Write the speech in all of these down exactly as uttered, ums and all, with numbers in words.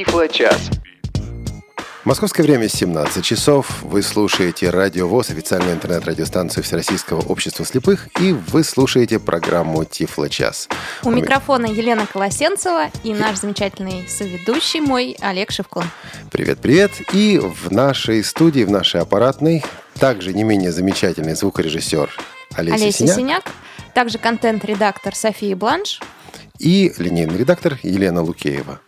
Тифло-час. Московское время семнадцать часов. Вы слушаете Радио ВОС, официальную интернет-радиостанцию Всероссийского общества слепых, и вы слушаете программу Тифло-час. У микрофона Елена Колосенцева и наш замечательный соведущий мой Олег Шевкун. Привет-привет. И в нашей студии, в нашей аппаратной, также не менее замечательный звукорежиссер Олеся, Олеся Синяк. Синяк, также контент-редактор София Бланш и линейный редактор Елена Лукеева.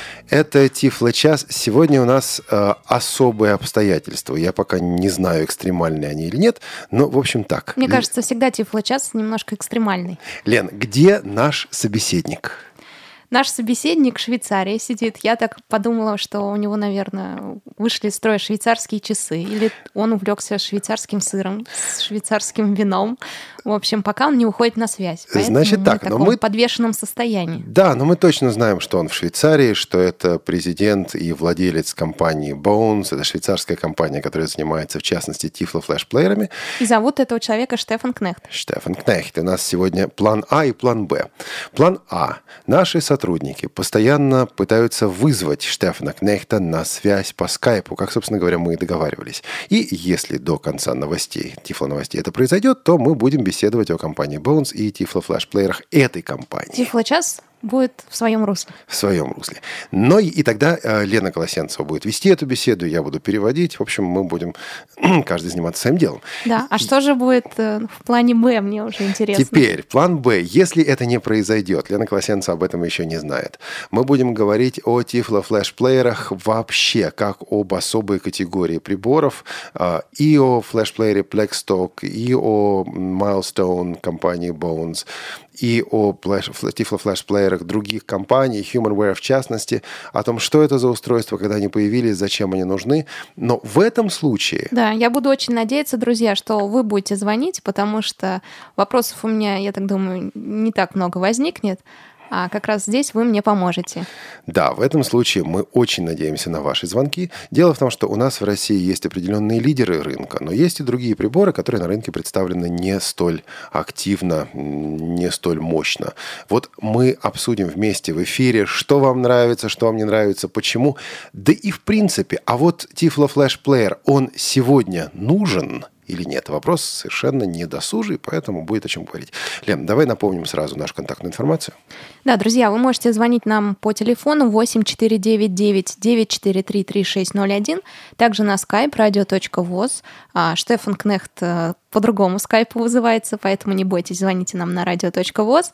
Это Тифло-час. Сегодня у нас э, особые обстоятельства. Я пока не знаю, экстремальные они или нет, но, в общем, так. Мне кажется, всегда Тифло-час немножко экстремальный. Лен, где наш собеседник? Наш собеседник в Швейцарии сидит. Я так подумала, что у него, наверное, вышли из строя швейцарские часы. Или он увлекся швейцарским сыром, с швейцарским вином. В общем, пока он не уходит на связь. Поэтому Значит так, мы в но таком мы... подвешенном состоянии. Да, но мы точно знаем, что он в Швейцарии, что это президент и владелец компании Bones. Это швейцарская компания, которая занимается, в частности, тифло-флешплеерами. И зовут этого человека Штефан Кнехт. Штефан Кнехт. У нас сегодня план А и план Б. План А. Наши сотрудники постоянно пытаются вызвать Штефана Кнехта на связь по скайпу, как, собственно говоря, мы и договаривались. И если до конца новостей, тифло-новостей это произойдет, то мы будем беседовать о компании Bones и тифло-флешплеерах этой компании. Тифло-час будет в своем русле. В своем русле. Но и, и тогда э, Лена Колосенцева будет вести эту беседу, я буду переводить. В общем, мы будем каждый заниматься своим делом. Да, а что же будет э, в плане Б, мне уже интересно. Теперь, план Б. Если это не произойдет, Лена Колосенцева об этом еще не знает, мы будем говорить о тифло-флешплеерах вообще, как об особой категории приборов, э, и о флешплеере Plextalk, и о Milestone компании Bones, и о тифло-флешплеерах других компаний, HumanWare в частности, о том, что это за устройства, когда они появились, зачем они нужны. Но в этом случае... Да, я буду очень надеяться, друзья, что вы будете звонить, потому что вопросов у меня, я так думаю, не так много возникнет. А как раз здесь вы мне поможете. Да, в этом случае мы очень надеемся на ваши звонки. Дело в том, что у нас в России есть определенные лидеры рынка, но есть и другие приборы, которые на рынке представлены не столь активно, не столь мощно. Вот мы обсудим вместе в эфире, что вам нравится, что вам не нравится, почему. Да и в принципе, а вот тифло-флешплеер, он сегодня нужен или нет? Вопрос совершенно недосужий, поэтому будет о чем говорить. Лен, давай напомним сразу нашу контактную информацию. Да, друзья, вы можете звонить нам по телефону восемь четыре девять девять девять четыре три три шесть ноль один, также на skype радио точка воз. А, Штефан Кнехт по другому скайпу вызывается, поэтому не бойтесь, звоните нам на радио точка воз.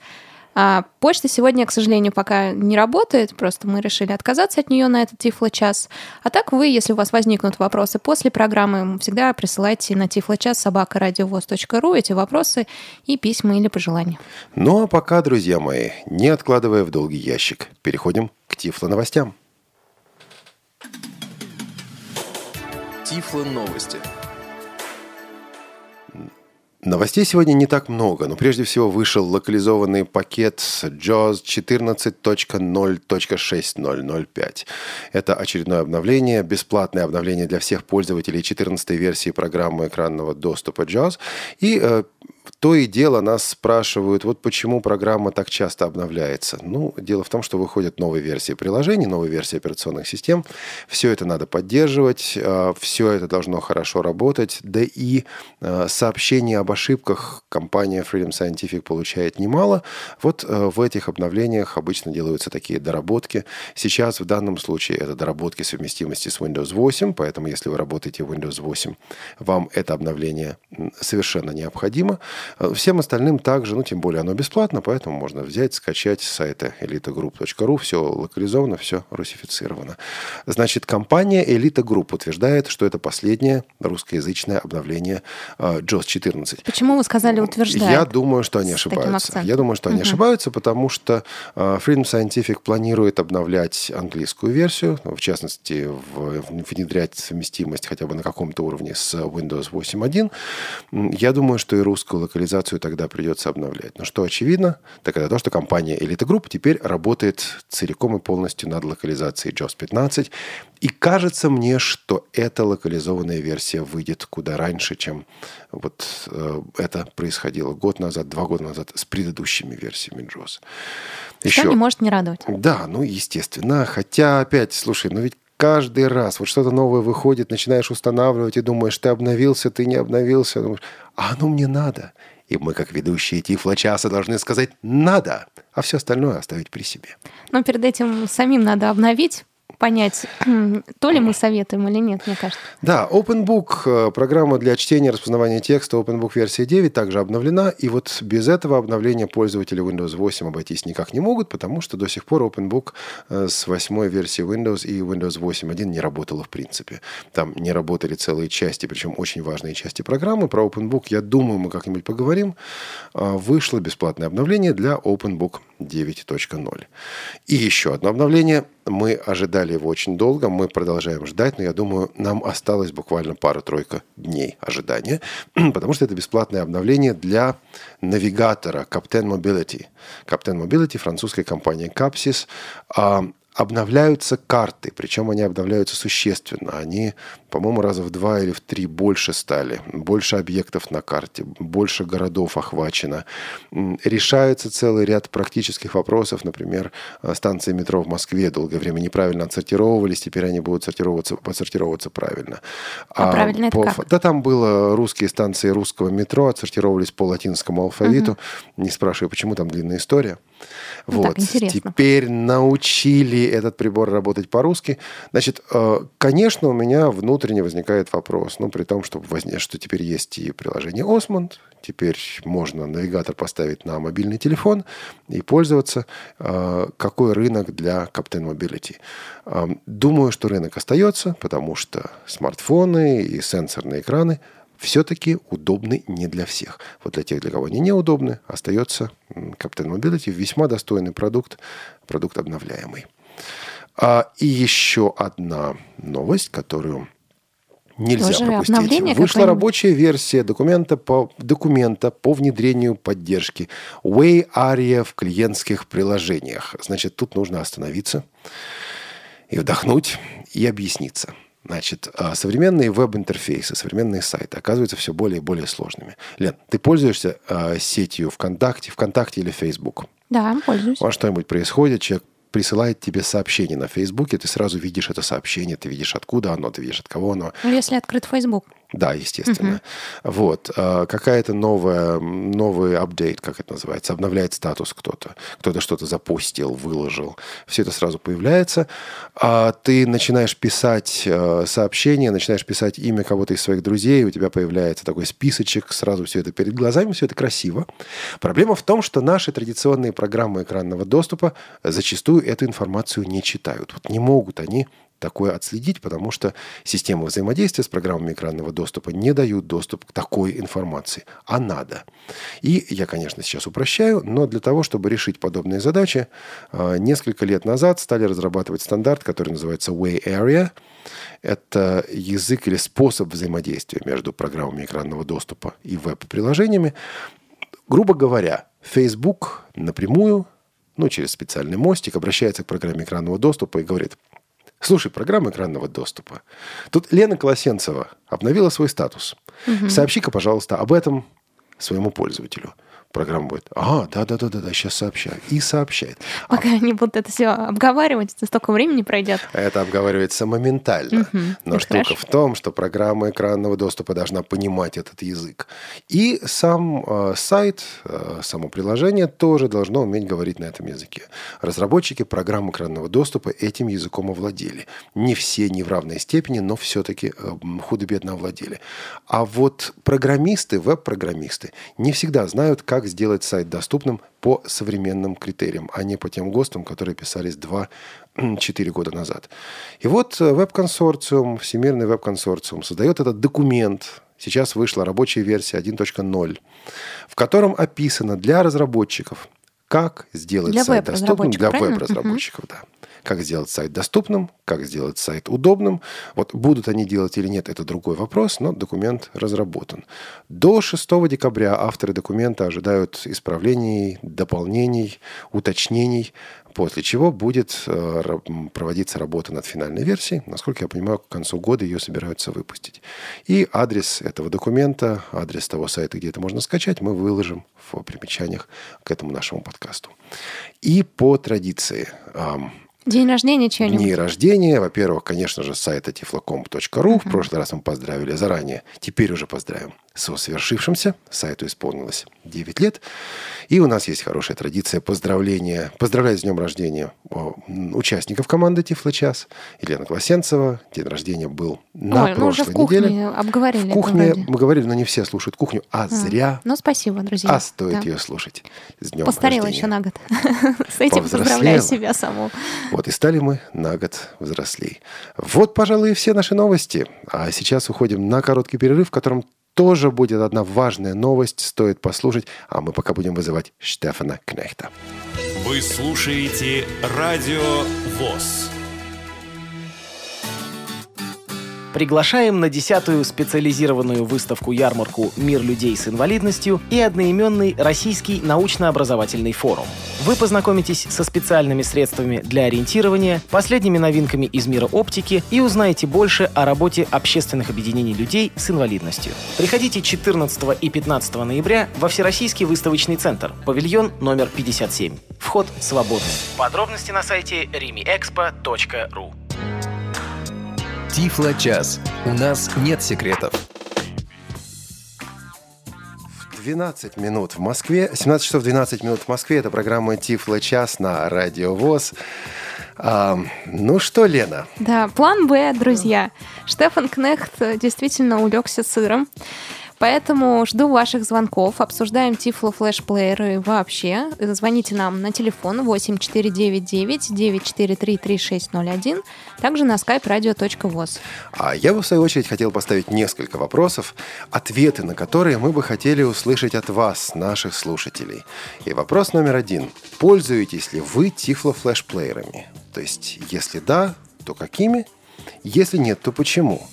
А почта сегодня, к сожалению, пока не работает, просто мы решили отказаться от нее на этот Тифло-час. А так вы, если у вас возникнут вопросы после программы, всегда присылайте на тифлочас собака радиовоз точка ру эти вопросы и письма или пожелания. Ну а пока, друзья мои, не откладывая в долгий ящик, переходим к Тифло-новостям. Тифло-новости. Новостей сегодня не так много, но прежде всего вышел локализованный пакет джоз четырнадцать точка ноль точка шесть ноль ноль пять. Это очередное обновление, бесплатное обновление для всех пользователей четырнадцатой версии программы экранного доступа джоз. И э, то и дело нас спрашивают, вот почему программа так часто обновляется. Ну, дело в том, что выходят новые версии приложений, новые версии операционных систем. Все это надо поддерживать, э, все это должно хорошо работать, да и э, сообщения об ошибках компания Freedom Scientific получает немало. Вот э, в этих обновлениях обычно делаются такие доработки. Сейчас в данном случае это доработки совместимости с Windows восемь, поэтому если вы работаете в Windows восемь, вам это обновление совершенно необходимо. Всем остальным также, ну тем более оно бесплатно, поэтому можно взять, скачать с сайта элита групп точка ру, все локализовано, все русифицировано. Значит, компания Elita Group утверждает, что это последнее русскоязычное обновление э, джоз четырнадцать. Почему вы сказали утверждают? Я думаю, что они ошибаются. Я думаю, что они угу. ошибаются, потому что uh, Freedom Scientific планирует обновлять английскую версию, в частности, в, внедрять совместимость хотя бы на каком-то уровне с Windows восемь точка один. Я думаю, что и русская русскую локализацию тогда придется обновлять. Но что очевидно, так это то, что компания Elite Group теперь работает целиком и полностью над локализацией джоз пятнадцать. И кажется мне, что эта локализованная версия выйдет куда раньше, чем вот э, это происходило год назад, два года назад с предыдущими версиями джоз. Еще... Что не может не радовать. Да, ну естественно. Хотя опять, слушай, ну ведь каждый раз вот что-то новое выходит, начинаешь устанавливать и думаешь, ты обновился, ты не обновился. Думаешь, а оно мне надо. И мы, как ведущие Тифло-часа, должны сказать «надо», а все остальное оставить при себе. Но перед этим самим надо обновить, понять, то ли мы советуем или нет, мне кажется. Да, OpenBook, программа для чтения и распознавания текста OpenBook версия девять также обновлена. И вот без этого обновления пользователи Windows восемь обойтись никак не могут, потому что до сих пор OpenBook с восьмой версии Windows и Windows восемь точка один не работала в принципе. Там не работали целые части, причем очень важные части программы. Про OpenBook, я думаю, мы как-нибудь поговорим. Вышло бесплатное обновление для OpenBook девять точка ноль. И еще одно обновление. Мы ожидали его очень долго, мы продолжаем ждать, но я думаю, нам осталось буквально пара-тройка дней ожидания, потому что это бесплатное обновление для навигатора Captain Mobility. Captain Mobility, французская компания Capsys. Обновляются карты, причем они обновляются существенно. Они, по-моему, раза в два или в три больше стали. Больше объектов на карте, больше городов охвачено. Решается целый ряд практических вопросов. Например, станции метро в Москве долгое время неправильно отсортировывались, теперь они будут сортироваться, отсортировываться правильно. А, а правильно по, это как? Да, там было русские станции русского метро, отсортировывались по латинскому алфавиту. Угу. Не спрашивай, почему, там длинная история. Ну, вот. Так, интересно. Теперь научили этот прибор работать по-русски. Значит, конечно, у меня внутренне возникает вопрос, ну, при том, что, возне... что теперь есть и приложение Osmond, теперь можно навигатор поставить на мобильный телефон и пользоваться. Какой рынок для Captain Mobility? Думаю, что рынок остается, потому что смартфоны и сенсорные экраны все-таки удобны не для всех. Вот для тех, для кого они неудобны, остается Captain Mobility, весьма достойный продукт, продукт обновляемый. А, и еще одна новость, которую нельзя Тоже пропустить. Вышла рабочая версия документа по, документа по внедрению поддержки Way Aria в клиентских приложениях. Значит, тут нужно остановиться и вдохнуть, и объясниться. Значит, современные веб-интерфейсы, современные сайты оказываются все более и более сложными. Лен, ты пользуешься э, сетью ВКонтакте, ВКонтакте или Facebook? Да, пользуюсь. А что-нибудь происходит, человек присылает тебе сообщение на Фейсбуке, ты сразу видишь это сообщение, ты видишь, откуда оно, ты видишь, от кого оно. Ну, если открыт Facebook. Да, естественно. Uh-huh. Вот. Какая-то новая, новый апдейт, как это называется, обновляет статус кто-то. Кто-то что-то запустил, выложил. Все это сразу появляется. А ты начинаешь писать сообщение, начинаешь писать имя кого-то из своих друзей, у тебя появляется такой списочек, сразу все это перед глазами, все это красиво. Проблема в том, что наши традиционные программы экранного доступа зачастую эту информацию не читают. Вот не могут они такое отследить, потому что системы взаимодействия с программами экранного доступа не дают доступ к такой информации, а надо. И я, конечно, сейчас упрощаю, но для того, чтобы решить подобные задачи, несколько лет назад стали разрабатывать стандарт, который называется Way Aria. Это язык или способ взаимодействия между программами экранного доступа и веб-приложениями. Грубо говоря, Facebook напрямую, ну, через специальный мостик, обращается к программе экранного доступа и говорит: слушай, программа экранного доступа. Тут Лена Колосенцева обновила свой статус. Угу. Сообщи-ка, пожалуйста, об этом своему пользователю. Программа будет: ага, да-да-да-да, сейчас сообщаю. И сообщает. Пока а... они будут это все обговаривать, это столько времени пройдет. Это обговаривается моментально. Угу, Но штука хорошо. в том, что программа экранного доступа должна понимать этот язык. И сам э, сайт, э, само приложение тоже должно уметь говорить на этом языке. Разработчики программ экранного доступа этим языком овладели. Не все, не в равной степени, но все-таки э, худо-бедно овладели. А вот программисты, веб-программисты не всегда знают, как сделать сайт доступным по современным критериям, а не по тем ГОСТам, которые писались два-четыре года назад. И вот веб-консорциум, Всемирный веб-консорциум создает этот документ. Сейчас вышла рабочая версия один точка ноль, в котором описано для разработчиков, как сделать для сайт доступным для правильно? веб-разработчиков. Да. Как сделать сайт доступным, как сделать сайт удобным. Вот будут они делать или нет, это другой вопрос, но документ разработан. До шестого декабря авторы документа ожидают исправлений, дополнений, уточнений, после чего будет проводиться работа над финальной версией. Насколько я понимаю, к концу года ее собираются выпустить. И адрес этого документа, адрес того сайта, где это можно скачать, мы выложим в примечаниях к этому нашему подкасту. И по традиции... День рождения чего-нибудь? Дни рождения. Во-первых, конечно же, с сайта тифлокомп точка ру. Uh-huh. В прошлый раз мы поздравили заранее. Теперь уже поздравим со свершившимся. Сайту исполнилось девять лет. И у нас есть хорошая традиция поздравления. Поздравлять с днем рождения участников команды Тифлочас. Елена Класенцева. День рождения был на Ой, прошлой мы уже в кухне неделе. обговорили. В кухне мы говорили, но не все слушают кухню. А, а зря. Ну, спасибо, друзья. А стоит да. ее слушать. С днем Постарела рождения. еще на год. С этим поздравляю себя саму. Вот, и стали мы на год взрослей. Вот, пожалуй, и все наши новости. А сейчас уходим на короткий перерыв, в котором тоже будет одна важная новость, стоит послушать. А мы пока будем вызывать Штефана Кнехта. Вы слушаете Радио ВОС. Приглашаем на десятую специализированную выставку-ярмарку «Мир людей с инвалидностью» и одноименный Российский научно-образовательный форум. Вы познакомитесь со специальными средствами для ориентирования, последними новинками из мира оптики и узнаете больше о работе общественных объединений людей с инвалидностью. Приходите четырнадцатого и пятнадцатого ноября во Всероссийский выставочный центр, павильон номер пятьдесят семь. Вход свободный. Подробности на сайте римиэкспо точка ру. Тифло-час. У нас нет секретов. двенадцать минут в Москве. семнадцать часов двенадцать минут в Москве. Это программа Тифло-час на Радио ВОС. А, ну что, Лена? Да, план Б, друзья. Штефан Кнехт действительно улегся сыром. Поэтому жду ваших звонков. Обсуждаем Тифло флешплееры вообще. Звоните нам на телефон восемь четыре девять девять девять четыре три три шесть ноль один. Также на skype radio точка voz. А я бы, в свою очередь, хотел поставить несколько вопросов, ответы на которые мы бы хотели услышать от вас, наших слушателей. И вопрос номер один. Пользуетесь ли вы Тифло флешплеерами? То есть, если да, то какими? Если нет, то почему?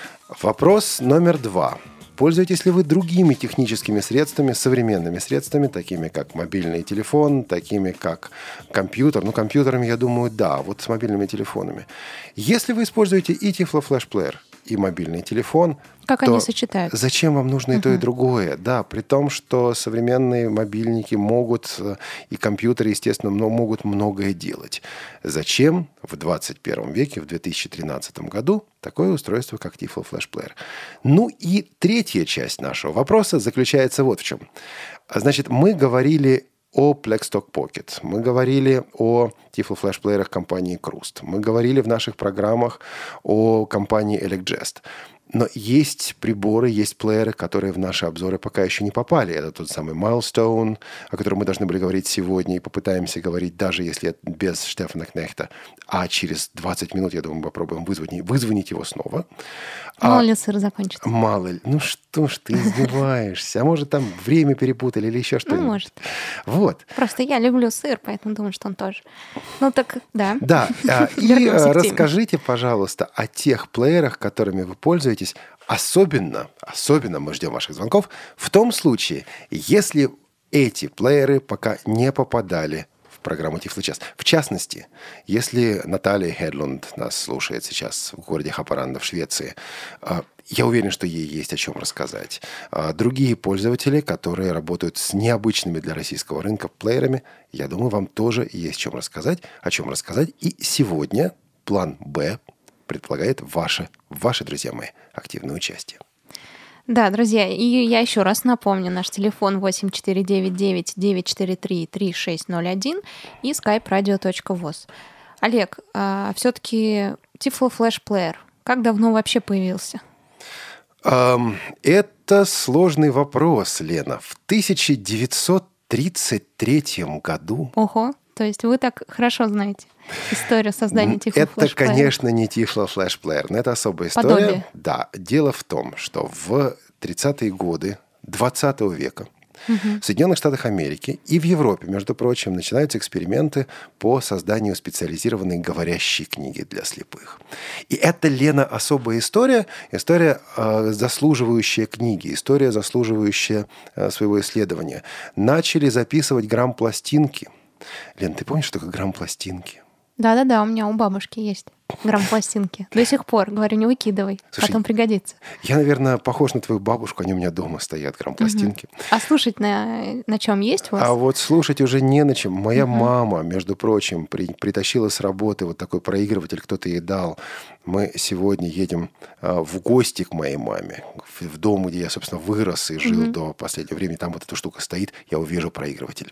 Вопрос номер два. Пользуетесь ли вы другими техническими средствами, современными средствами, такими как мобильный телефон, такими как компьютер? Ну, компьютерами, я думаю, да, вот с мобильными телефонами. Если вы используете и Tiflo Flash Player, и мобильный телефон, как то они сочетаются? Зачем вам нужно и то, и другое? Да, при том, что современные мобильники могут, и компьютеры, естественно, могут многое делать. Зачем в двадцать первом веке, в две тысячи тринадцатом году, такое устройство, как Tiflo Flash Player? Ну и третья часть нашего вопроса заключается вот в чем. Значит, мы говорили о Plextalk Pocket, мы говорили о Tiflo Flash Player'ах компании Krust, мы говорили в наших программах о компании ElecJest. Но есть приборы, есть плееры, которые в наши обзоры пока еще не попали. Это тот самый Milestone, о котором мы должны были говорить сегодня, и попытаемся говорить, даже если без Штефана Кнехта. А через двадцать минут, я думаю, попробуем вызвонить, вызвонить его снова. Мало а, ли сыр закончится. Мало ли. Ну что ж ты издеваешься? А может, там время перепутали или еще что-нибудь? Ну, может. Вот. Просто я люблю сыр, поэтому думаю, что он тоже. Ну так, да. Да. И расскажите, пожалуйста, о тех плеерах, которыми вы пользуетесь. Особенно, особенно мы ждем ваших звонков в том случае, если эти плееры пока не попадали в программу Тифло-час. В частности, если Наталья Хедлунд нас слушает сейчас в городе Хапаранда в Швеции, я уверен, что ей есть о чем рассказать. Другие пользователи, которые работают с необычными для российского рынка плеерами, я думаю, вам тоже есть о чем рассказать, о чем рассказать. И сегодня план Б предполагает ваше, ваше, друзья мои, активное участие. Да, друзья, и я еще раз напомню, наш телефон восемь четыре девять девять девять четыре три три шесть ноль один и skype radio точка voz. Олег, а все-таки Tiflo Flash Player, как давно вообще появился? Um, это сложный вопрос, Лена. В тысяча девятьсот тридцать третьем году... Ого, то есть вы так хорошо знаете историю создания Tiflo Flash Player. Это, конечно, не Tiflo Flash Player, но это особая история. Подобие. Да, дело в том, что в тридцатые годы двадцатого века В Соединенных Штатах Америки и в Европе, между прочим, начинаются эксперименты по созданию специализированной говорящей книги для слепых. И это, Лена, особая история, история, э, заслуживающая книги, история, заслуживающая э, своего исследования. Начали записывать грамм-пластинки. Лен, ты помнишь, что такое грамм-пластинки? Да-да-да, у меня у бабушки есть грамм-пластинки. До сих пор. Говорю, не выкидывай, Слушай, потом пригодится. Я, наверное, похож на твою бабушку, они у меня дома стоят, грамм-пластинки. Угу. А слушать на, на чем есть у вас? А вот слушать уже не на чем. Моя угу. мама, между прочим, при, притащила с работы вот такой проигрыватель, кто-то ей дал. Мы сегодня едем а, в гости к моей маме, в, в дом, где я, собственно, вырос и жил угу. до последнего времени. Там вот эта штука стоит, я увижу проигрыватель.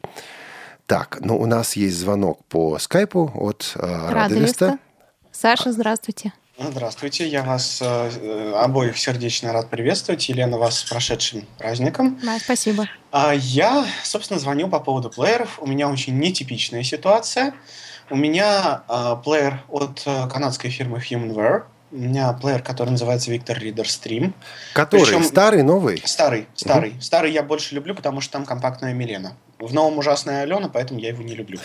Так, ну у нас есть звонок по скайпу от э, Радовиста. Саша, здравствуйте. Здравствуйте, я вас э, обоих сердечно рад приветствовать. Елена, вас с прошедшим праздником. Да, спасибо. А я, собственно, звоню по поводу плееров. У меня очень нетипичная ситуация. У меня э, плеер от э, канадской фирмы Humanware. У меня плеер, который называется Victor Reader Stream. Который? Причем Старый, новый? Старый, старый. Угу. Старый я больше люблю, потому что там компактная Милена. В новом ужасная Алена, поэтому я его не люблю.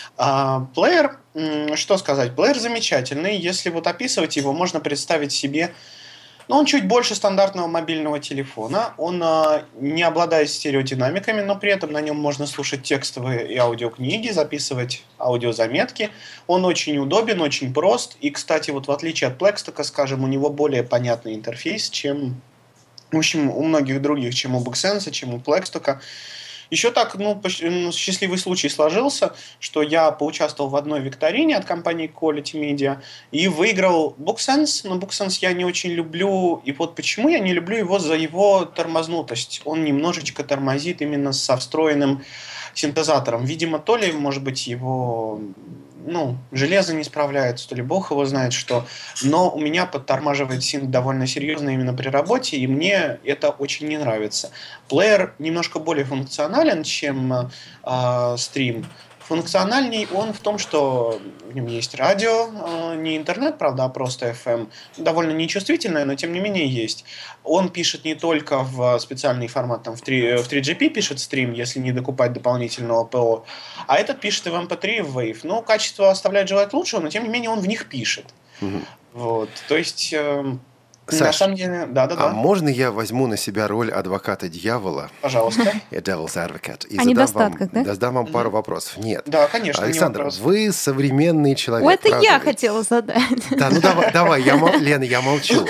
А, плеер, что сказать, плеер замечательный. Если вот описывать его, можно представить себе, ну, он чуть больше стандартного мобильного телефона. Он а, не обладает стереодинамиками, но при этом на нем можно слушать текстовые и аудиокниги, записывать аудиозаметки. Он очень удобен, очень прост. И, кстати, вот в отличие от Plexstock, скажем, у него более понятный интерфейс, чем, в общем, у многих других, чем у BookSense, чем у Plexstock. Еще так, ну, счастливый случай сложился, что я поучаствовал в одной викторине от компании Quality Media и выиграл BookSense, но BookSense я не очень люблю, и вот почему я не люблю его за его тормознутость. Он немножечко тормозит именно со встроенным синтезатором. Видимо, то ли, может быть, его... ну, железо не справляется, то ли бог его знает что. Но у меня подтормаживает синт довольно серьезно именно при работе, и мне это очень не нравится. Плеер немножко более функционален, чем э, Stream. Функциональней он в том, что в нем есть радио, э, не интернет, правда, а просто эф эм. Довольно нечувствительное, но тем не менее есть. Он пишет не только в специальный формат, там в, три, в три джи пи пишет стрим, если не докупать дополнительного ПО, а этот пишет и в эм пи три, и в Wave. Ну, качество оставляет желать лучшего, но тем не менее он в них пишет. Угу. Вот, то есть... Э, Саш, на самом деле, да, да, а да. можно я возьму на себя роль адвоката дьявола? Пожалуйста. Devil's Advocate. И О задам недостатках, вам, да? задам вам пару вопросов. Нет. Да, конечно. Александр, вы современный человек. О, это правда я ведь? хотела задать. Да, ну давай, давай, я мол... Лена, я молчу.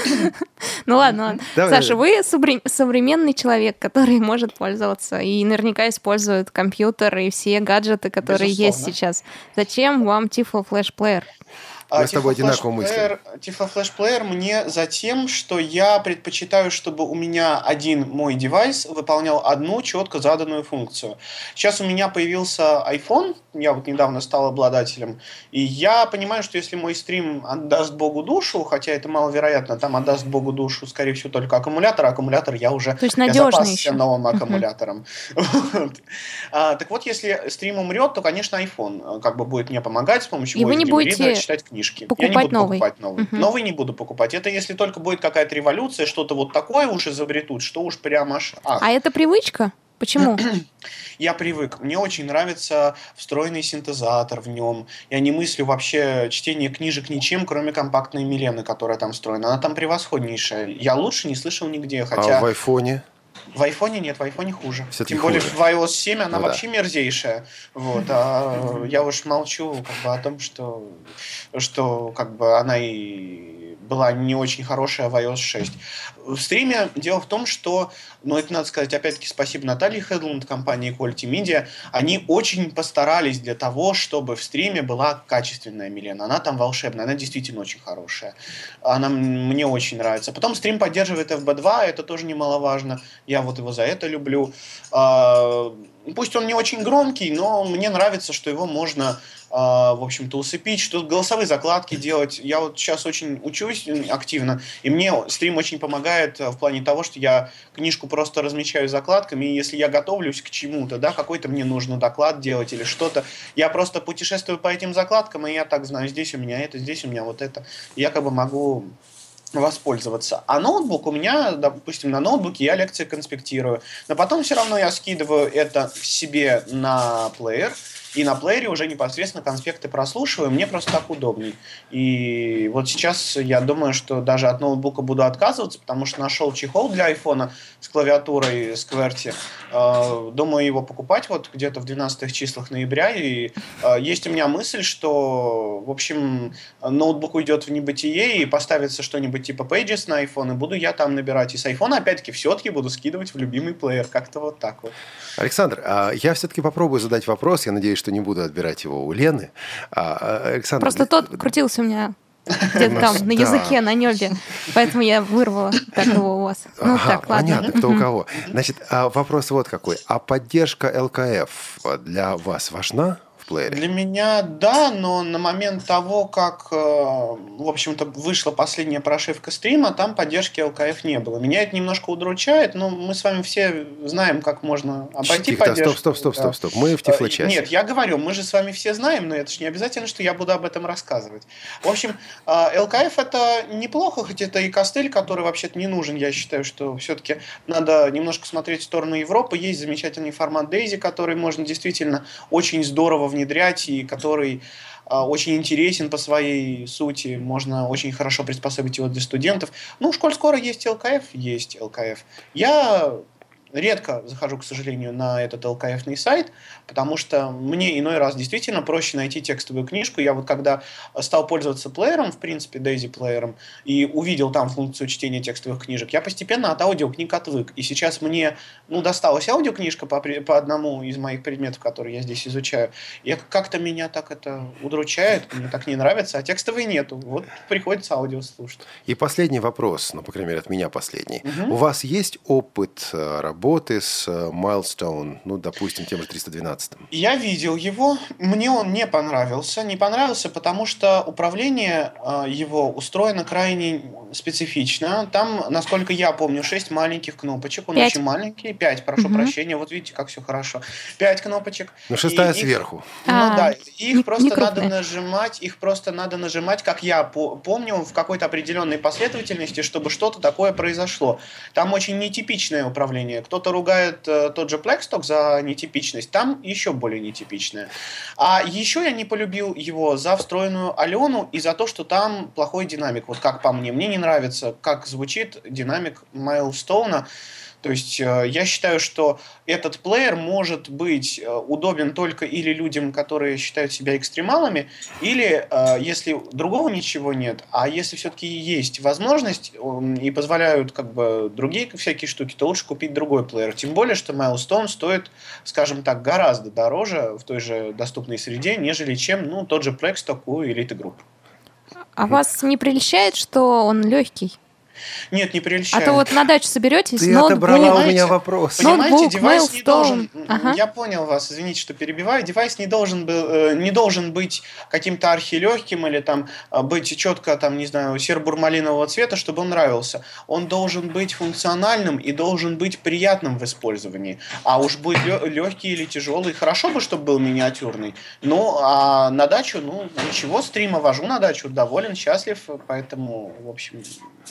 Ну ладно, ладно. Давай. Саша, вы современный человек, который может пользоваться и наверняка использует компьютер и все гаджеты, которые Безусловно. Есть сейчас. Зачем вам Tiflo Flash Player? Мы с тобой одинаково мыслим. Tiflo Flash Player мне за тем, что я предпочитаю, чтобы у меня один мой девайс выполнял одну четко заданную функцию. Сейчас у меня появился iPhone, я вот недавно стал обладателем, и я понимаю, что если мой стрим отдаст Богу душу, хотя это маловероятно, там отдаст Богу душу, скорее всего, только аккумулятор, а аккумулятор я уже То есть надежный еще. новым аккумулятором. Вот. А, так вот, если стрим умрет, то, конечно, iPhone как бы будет мне помогать с помощью И вы не будете читать книжки. покупать я не буду новый. покупать новый. Uh-huh. Новый не буду покупать. Это если только будет какая-то революция, что-то вот такое уж изобретут, что уж прямо аж... Ах. А это привычка? Почему? Я привык. Мне очень нравится встроенный синтезатор в нем. Я не мыслю вообще чтение книжек ничем, кроме компактной Милены, которая там встроена. Она там превосходнейшая. Я лучше не слышал нигде. Хотя... А в айфоне? В айфоне нет, в айфоне хуже. Все-таки Тем более хуже. в ай о эс семь она Ну, вообще да. мерзейшая. Вот. А я уж молчу как бы, о том, что, что как бы, она и была не очень хорошая в ай о эс шесть. В стриме дело в том, что, ну это надо сказать, опять-таки спасибо Наталье Хедланд, компании Quality Media, они очень постарались для того, чтобы в стриме была качественная Милена. Она там волшебная, она действительно очень хорошая. Она мне очень нравится. Потом стрим поддерживает эф би два, это тоже немаловажно. Я вот его за это люблю. Пусть он не очень громкий, но мне нравится, что его можно, в общем-то, усыпить, что голосовые закладки делать. Я вот сейчас очень учусь активно, и мне стрим очень помогает в плане того, что я книжку просто размечаю закладками, и если я готовлюсь к чему-то, да, какой-то мне нужно доклад делать или что-то, я просто путешествую по этим закладкам, и я так знаю, здесь у меня это, здесь у меня вот это. Я как бы могу воспользоваться. А ноутбук у меня, допустим, на ноутбуке я лекции конспектирую, но потом все равно я скидываю это себе на плеер, и на плеере уже непосредственно конспекты прослушиваю, мне просто так удобней. И вот сейчас я думаю, что даже от ноутбука буду отказываться, потому что нашел чехол для айфона с клавиатурой QWERTY. Думаю его покупать вот где-то в двенадцатых числах ноября. И есть у меня мысль, что, в общем, ноутбук уйдет в небытие и поставится что-нибудь типа Pages на iPhone, и буду я там набирать. И с айфона, опять-таки, все-таки буду скидывать в любимый плеер. Как-то вот так вот. Александр, я все-таки попробую задать вопрос. Я надеюсь, что не буду отбирать его у Лены. Александр, просто тот крутился у меня где-то там на языке, на небе, поэтому я вырвала так его у вас. Ну ага, так, ладно. Понятно, кто у кого. Значит, вопрос вот какой. А поддержка эл ка эф для вас важна в плеере? Для меня да, но на момент того, как, в общем-то, вышла последняя прошивка стрима, там поддержки эл ка эф не было. Меня это немножко удручает, но мы с вами все знаем, как можно обойти Тихо, поддержку. Стоп, стоп, стоп, стоп, стоп. Мы в Тифло-часе. Нет, я говорю, мы же с вами все знаем, но это же не обязательно, что я буду об этом рассказывать. В общем, эл ка эф это неплохо, хоть это и костыль, который вообще-то не нужен. Я считаю, что все-таки надо немножко смотреть в сторону Европы. Есть замечательный формат Дейзи, который можно действительно очень здорово внедрять и который очень интересен по своей сути, можно очень хорошо приспособить его для студентов. Ну, школь скоро есть эл ка эф, есть эл ка эф. Я редко захожу, к сожалению, на этот эл ка эфный сайт, потому что мне иной раз действительно проще найти текстовую книжку. Я вот когда стал пользоваться плеером, в принципе, Дейзи плеером, и увидел там функцию чтения текстовых книжек, я постепенно от аудиокниг отвык. И сейчас мне, ну, досталась аудиокнижка по, по одному из моих предметов, которые я здесь изучаю. И как-то меня так это удручает, мне так не нравится, а текстовой нету. Вот приходится аудио слушать. И последний вопрос, ну, по крайней мере, от меня последний. Угу. У вас есть опыт работы работы с Milestone, ну, допустим, тем же триста двенадцать? Я видел его, мне он не понравился. Не понравился, потому что управление э, его устроено крайне специфично. Там, насколько я помню, шесть маленьких кнопочек. Он пять. Очень маленький. Пять, прошу угу. прощения. Вот видите, как все хорошо. Пять кнопочек. Ну, шестая и сверху. Их, ну а, да, их не, просто не надо нажимать, их просто надо нажимать, как я по- помню, в какой-то определенной последовательности, чтобы что-то такое произошло. Там очень нетипичное управление. Кто-то ругает э, тот же Plextalk за нетипичность, там еще более нетипичное. А еще я не полюбил его за встроенную Алену и за то, что там плохой динамик. Вот как по мне. Мне не нравится, как звучит динамик Milestone. То есть я считаю, что этот плеер может быть удобен только или людям, которые считают себя экстремалами, или если другого ничего нет, а если все-таки есть возможность и позволяют как бы другие всякие штуки, то лучше купить другой плеер. Тем более, что Milestone стоит, скажем так, гораздо дороже в той же доступной среде, нежели чем ну, тот же Plextalk у Elite Group. А вас не прельщает, что он легкий? Нет, не прельщает. А то вот на дачу соберетесь, Ты ноутбук, отобрала у меня вопрос. Понимаете, ноутбук, девайс не должен... Ага. Я понял вас, извините, что перебиваю. Девайс не должен, был, не должен быть каким-то архилегким или там быть четко, там, не знаю, серо-бурмалинового цвета, чтобы он нравился. Он должен быть функциональным и должен быть приятным в использовании. А уж быть легкий или тяжелый, хорошо бы, чтобы был миниатюрный. Ну, а на дачу, ну, ничего, стрима вожу на дачу, доволен, счастлив, поэтому, в общем...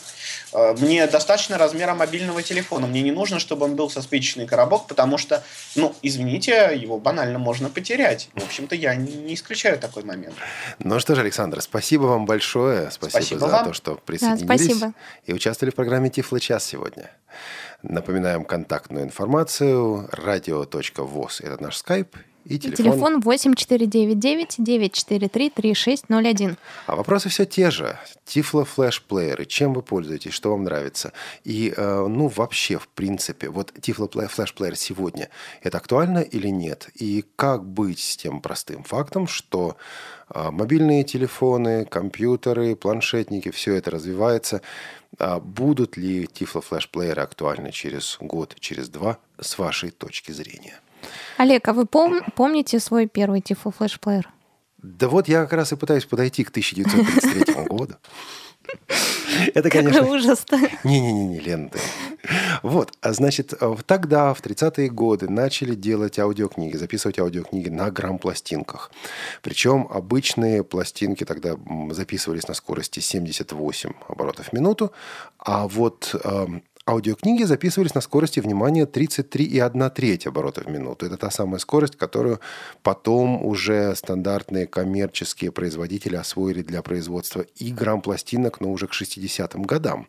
Мне достаточно размера мобильного телефона. Мне не нужно, чтобы он был со спичечный коробок, потому что, ну, извините, его банально можно потерять. В общем-то, я не исключаю такой момент. Ну что ж, Александр, спасибо вам большое. Спасибо, спасибо за вам. то, что присоединились да, спасибо. и участвовали в программе Тифло-час сегодня. Напоминаем контактную информацию. радио точка воз – это наш скайп. И телефон, телефон восемь четыре девять девять девять четыре три три шесть ноль один. А вопросы все те же. Тифло флеш-плееры. Чем вы пользуетесь? Что вам нравится? И, э, ну, вообще, в принципе, вот Тифло флеш-плеер сегодня, это актуально или нет? И как быть с тем простым фактом, что э, мобильные телефоны, компьютеры, планшетники, все это развивается. А будут ли Тифло флеш-плееры актуальны через год, через два, с вашей точки зрения? Олег, а вы пом- помните свой первый Тифло флеш-плеер? Да вот я как раз и пытаюсь подойти к тысяча девятьсот тридцать третьему году. Это, конечно... Какой ужас-то. Не-не-не, Лен. Вот, а значит, тогда, в тридцатые годы, начали делать аудиокниги, записывать аудиокниги на грамм-пластинках. Причем обычные пластинки тогда записывались на скорости семьдесят восемь оборотов в минуту, а вот... Аудиокниги записывались на скорости, внимания, тридцать три и одна треть оборотов в минуту. Это та самая скорость, которую потом уже стандартные коммерческие производители освоили для производства и грамм-пластинок, но уже к шестидесятым годам.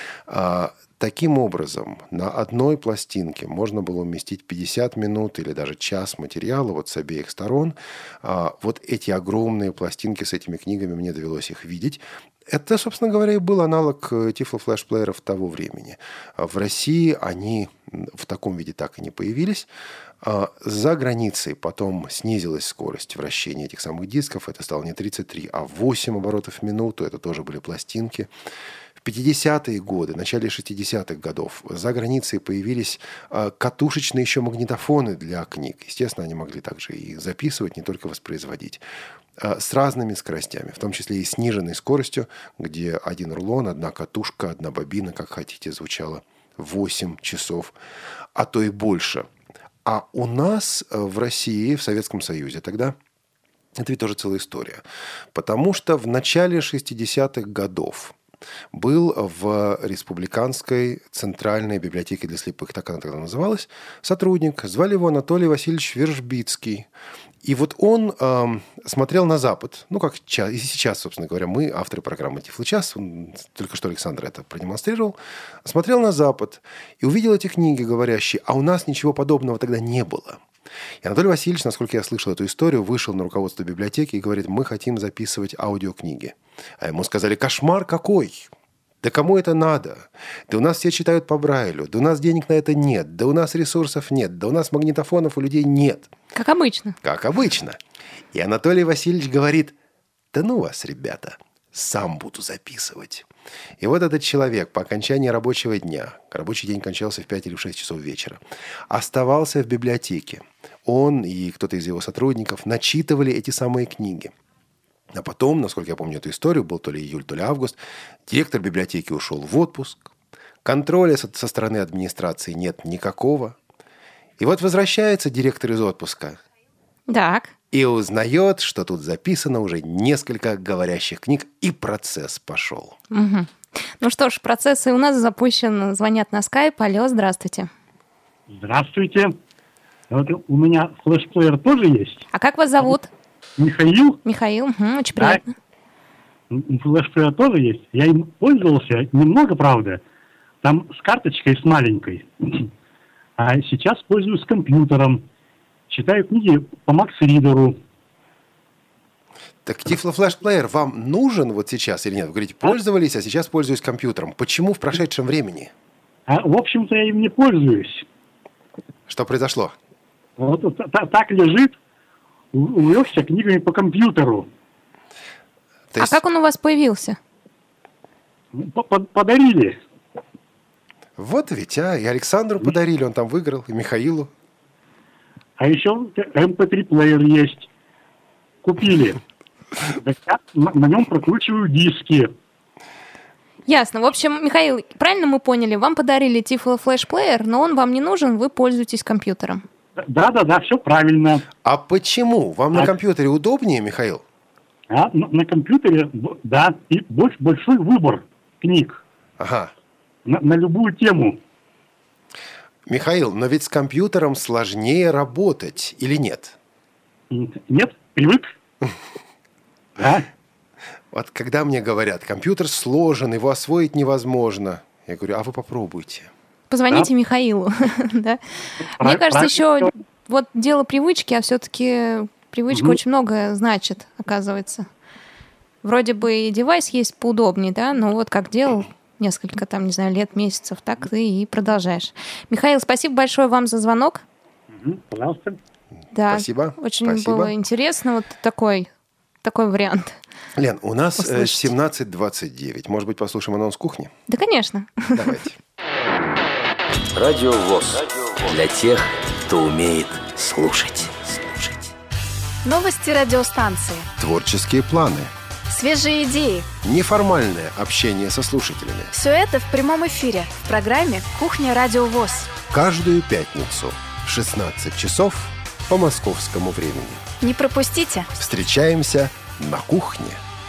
Таким образом, на одной пластинке можно было уместить пятьдесят минут или даже час материала вот с обеих сторон. Вот эти огромные пластинки с этими книгами, мне довелось их видеть. Это, собственно говоря, и был аналог тифло-флешплееров того времени. В России они в таком виде так и не появились. За границей потом снизилась скорость вращения этих самых дисков. Это стало не тридцать три, а восемь оборотов в минуту. Это тоже были пластинки. В пятидесятые годы, в начале шестидесятых годов за границей появились катушечные еще магнитофоны для книг. Естественно, они могли также и записывать, не только воспроизводить. С разными скоростями, в том числе и сниженной скоростью, где один рулон, одна катушка, одна бобина, как хотите, звучало восемь часов, а то и больше. А у нас в России, в Советском Союзе тогда, это ведь тоже целая история. Потому что в начале шестидесятых годов был в Республиканской Центральной библиотеке для слепых, так она тогда называлась, сотрудник, звали его Анатолий Васильевич Вержбицкий. И вот он э, смотрел на Запад, ну, как и сейчас, собственно говоря, мы, авторы программы «Тифлочас», только что Александр это продемонстрировал, смотрел на Запад и увидел эти книги, говорящие, а у нас ничего подобного тогда не было. И Анатолий Васильевич, насколько я слышал эту историю, вышел на руководство библиотеки и говорит, мы хотим записывать аудиокниги. А ему сказали, кошмар какой! Да кому это надо? Да у нас все читают по Брайлю, да у нас денег на это нет, да у нас ресурсов нет, да у нас магнитофонов у людей нет. Как обычно. Как обычно. И Анатолий Васильевич говорит, да ну вас, ребята, сам буду записывать. И вот этот человек по окончании рабочего дня, рабочий день кончался в пять или в шесть часов вечера, оставался в библиотеке. Он и кто-то из его сотрудников начитывали эти самые книги. А потом, насколько я помню эту историю, был то ли июль, то ли август, директор библиотеки ушел в отпуск, контроля со, со стороны администрации нет никакого. И вот возвращается директор из отпуска. Так. И узнает, что тут записано уже несколько говорящих книг, и процесс пошел. Угу. Ну что ж, процесс и у нас запущен. Звонят на скайп. Алло, здравствуйте. Здравствуйте. Вот у меня флешплеер тоже есть. А как вас зовут? Михаил. Михаил, угу, очень приятно. Да. Флешплеер тоже есть. Я им пользовался немного, правда. Там с карточкой, с маленькой. А сейчас пользуюсь компьютером. Читаю книги по Макс-ридеру. Так тифло-флешплеер вам нужен вот сейчас или нет? Вы говорите, пользовались, а сейчас пользуюсь компьютером. Почему в прошедшем времени? А, в общем-то, я им не пользуюсь. Что произошло? Вот так лежит, увлекся книгами по компьютеру. А как он у вас появился? Подарили. Вот ведь, а, и Александру подарили, он там выиграл, и Михаилу. А еще эм пэ три-плеер есть. Купили. Я на нем прокручиваю диски. Ясно. В общем, Михаил, правильно мы поняли, вам подарили тифло-флешплеер, но он вам не нужен, вы пользуетесь компьютером. Да-да-да, все правильно. А почему? Вам а... на компьютере удобнее, Михаил? А, на, на компьютере, да, и больш, большой выбор книг. Ага. На, на любую тему. Михаил, но ведь с компьютером сложнее работать, или нет? Нет, привык. Да. Вот когда мне говорят, компьютер сложен, его освоить невозможно, я говорю, а вы попробуйте. Позвоните Михаилу. да? Мне кажется, еще вот дело привычки, а все-таки привычка очень многое значит, оказывается. Вроде бы и девайс есть поудобнее, да, но вот как делал несколько там, не знаю, лет, месяцев, так ты и продолжаешь. Михаил, спасибо большое вам за звонок. Пожалуйста. Да, спасибо. Очень спасибо. Было интересно вот такой, такой вариант. Лен, у нас семнадцать двадцать девять. Может быть, послушаем анонс кухни? Да, конечно. Давайте. Радио ВОС. Для тех, кто умеет слушать. Новости радиостанции. Творческие планы. свежие идеи, неформальное общение со слушателями. все это в прямом эфире в программе «Кухня Радио ВОС». Каждую пятницу в шестнадцать часов по московскому времени. Не пропустите. Встречаемся на кухне.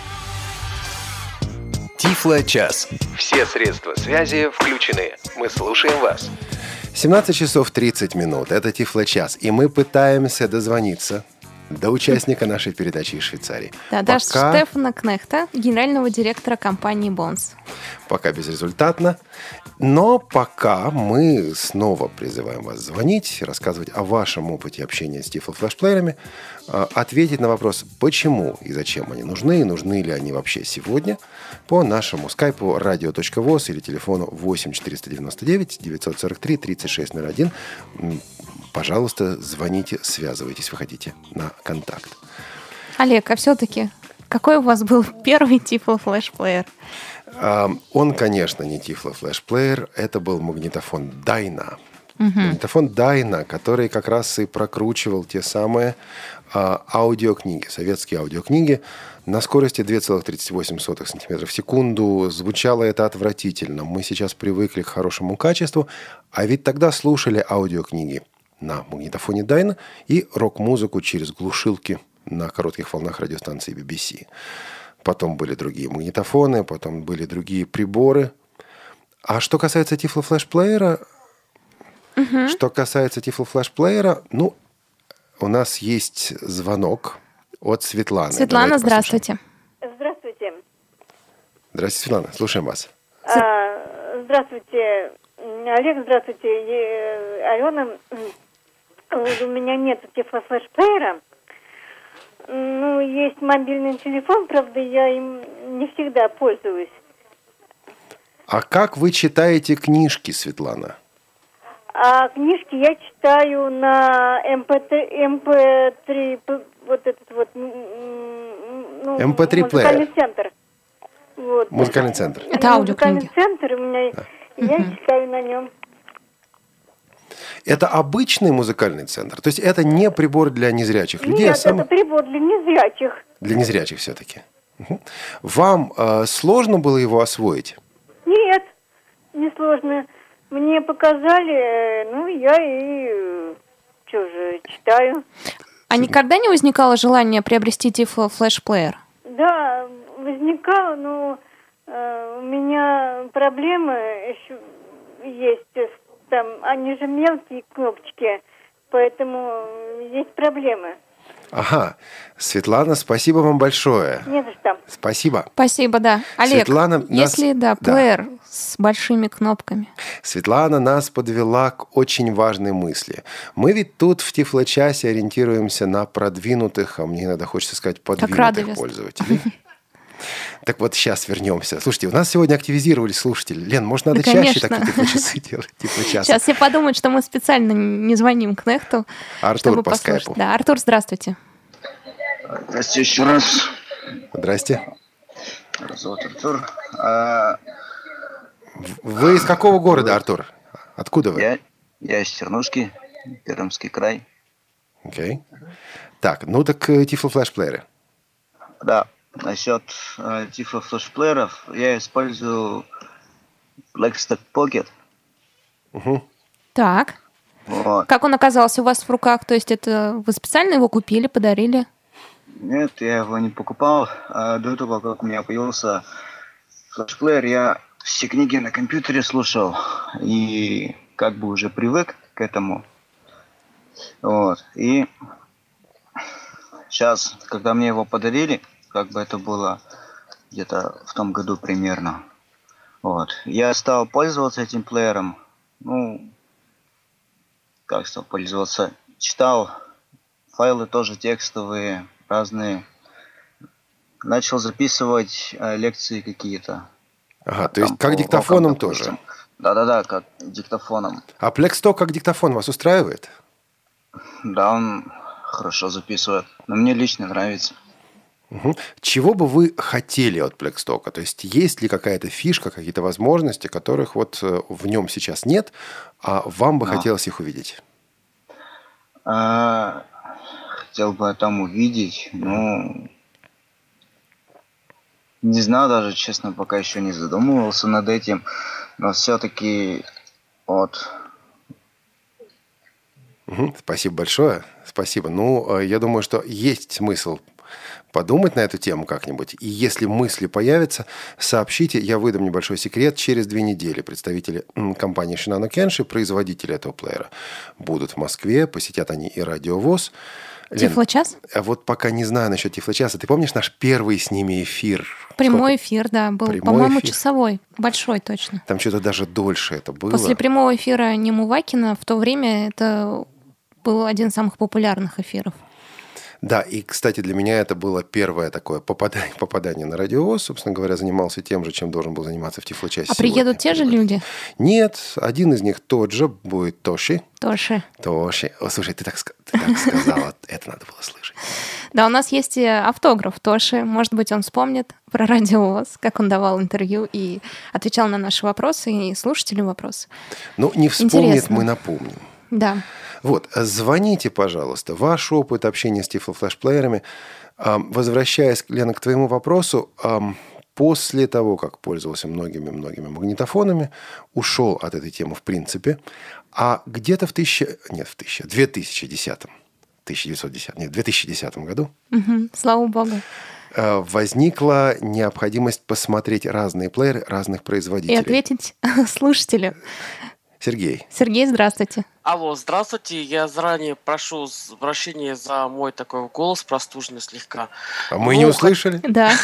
Тифло-час. Все средства связи включены. Мы слушаем вас. семнадцать часов тридцать минут. Это Тифло-час. И мы пытаемся дозвониться до участника нашей передачи из Швейцарии. Да, Пока... до Штефана Кнехта, генерального директора компании Bones. Пока безрезультатно. Но пока мы снова призываем вас звонить, рассказывать о вашем опыте общения с Тифло-флешплеерами, ответить на вопрос, почему и зачем они нужны, и нужны ли они вообще сегодня, по нашему скайпу радио.воз или телефону восемь четыреста девяносто девять девятьсот сорок три тридцать шесть ноль один. Пожалуйста, звоните, связывайтесь, выходите на контакт. Олег, а все-таки какой у вас был первый Тифло-флешплеер? Он, конечно, не Тифло-флешплеер, это был магнитофон Dyna. Угу. Магнитофон Dyna, который как раз и прокручивал те самые а, аудиокниги, советские аудиокниги на скорости две целых тридцать восемь сотых сантиметра в секунду. Звучало это отвратительно. Мы сейчас привыкли к хорошему качеству, а ведь тогда слушали аудиокниги на магнитофоне Dyna и рок-музыку через глушилки на коротких волнах радиостанции би би си. Потом были другие магнитофоны, потом были другие приборы. А что касается Тифло-флешплеера, угу. что касается Тифло-флешплеера, ну, у нас есть звонок от Светланы. Светлана, здравствуйте. Здравствуйте. Здравствуйте, Светлана, слушаем вас. А, здравствуйте, Олег, здравствуйте, Алена. У меня нет Тифло-флешплеера. Ну, есть мобильный телефон, правда, я им не всегда пользуюсь. А как вы читаете книжки, Светлана? А книжки я читаю на эм пэ три, вот этот вот, ну, эм пэ три плеер. Музыкальный центр. Вот. Музыкальный центр. Это аудиокниги. Музыкальный центр у меня, да. Я угу. читаю на нем. Это обычный музыкальный центр? То есть это не прибор для незрячих людей? Нет, а сам... это прибор для незрячих. Для незрячих все-таки. Угу. Вам э, сложно было его освоить? Нет, не сложно. Мне показали, ну, я и, что же, читаю. А никогда не возникало желания приобрести Тифло-флешплеер? Да, возникало, но э, у меня проблемы еще есть. Там, они же мелкие кнопочки, поэтому есть проблемы. Ага. Светлана, спасибо вам большое. Не за что. Спасибо. Спасибо, да. Олег, Светлана если, нас... да, да, плеер с большими кнопками. Светлана нас подвела к очень важной мысли. Мы ведь тут в Тифло-часе ориентируемся на продвинутых, а мне иногда хочется сказать подвинутых пользователей. Так вот, сейчас вернемся. Слушайте, у нас сегодня активизировались слушатели. Лен, может, надо да, чаще такие Тифло-часы делать? Тифло-часы. Сейчас все подумают, что мы специально не звоним Кнехту. Артур по скайпу. Да, Артур, здравствуйте. Здравствуйте еще раз. Здрасте. Меня зовут Артур. А... Вы из какого города, Артур? Откуда вы? Я, я из Чернушки, Пермский край. Окей. Okay. Так, ну так Тифло-флешплееры. Да. Насчет э, Тифло-флешплееров я использую Blackstock Pocket. Угу. Так. Вот. Как он оказался у вас в руках? То есть это вы специально его купили, подарили? Нет, я его не покупал. А до того, как у меня появился флешплеер, я все книги на компьютере слушал. И как бы уже привык к этому. Вот. И сейчас, когда мне его подарили, как бы это было где-то в том году примерно. Вот. Я стал пользоваться этим плеером. Ну, как стал пользоваться? Читал файлы тоже текстовые, разные. Начал записывать э, лекции какие-то. Ага, то есть как диктофоном тоже? Да-да-да, как диктофоном. А Blackstock как диктофон вас устраивает? Да, он хорошо записывает. Но мне лично нравится. Угу. Чего бы вы хотели от Blackstock? То есть есть ли какая-то фишка, какие-то возможности, которых вот в нем сейчас нет, а вам бы а. хотелось их увидеть? А, хотел бы там увидеть, ну, Не знаю, даже, честно, пока еще не задумывался над этим. Но все-таки вот... Угу, спасибо большое. Спасибо. Ну, я думаю, что есть смысл подумать на эту тему как-нибудь. И если мысли появятся, сообщите. Я выдам небольшой секрет. Через две недели представители компании Shinano Kenshi, производители этого плеера, будут в Москве. Посетят они и Радио ВОС. Тифлочас? А вот пока не знаю насчет Тифлочаса. Ты помнишь наш первый с ними эфир? Прямой Сколько? эфир, да, был, Прямой по-моему, эфир. Часовой. Большой точно. Там что-то даже дольше это было. После прямого эфира Немувакина в то время это был один из самых популярных эфиров. Да, и, кстати, для меня это было первое такое попадание, попадание на Радио ВОС. Собственно говоря, занимался тем же, чем должен был заниматься в Тифлочасе. А сегодня. приедут те же люди? Нет, один из них тот же будет Тоши. Тоши. Тоши. О, слушай, ты так, ты так сказала, это надо было слышать. Да, у нас есть и автограф Тоши. Может быть, он вспомнит про Радио ВОС, как он давал интервью и отвечал на наши вопросы, и слушателям вопросы. Ну, не вспомнит, интересно. Мы напомним. Да. Вот, звоните, пожалуйста. Ваш опыт общения с тифлофлешплеерами. Возвращаясь, Лена, к твоему вопросу, после того, как пользовался многими-многими магнитофонами, ушел от этой темы в принципе, а где-то в тысяча... Нет, в тысяча... две тысячи десятом, тысяча девятьсот десятом, нет, в две тысячи десятом году угу, слава богу. Возникла необходимость посмотреть разные плееры разных производителей. И ответить слушателю. Сергей. Сергей, здравствуйте. Алло, здравствуйте. Я заранее прошу прощения за мой такой голос простуженный слегка. А мы ну, не услышали? Х... Да.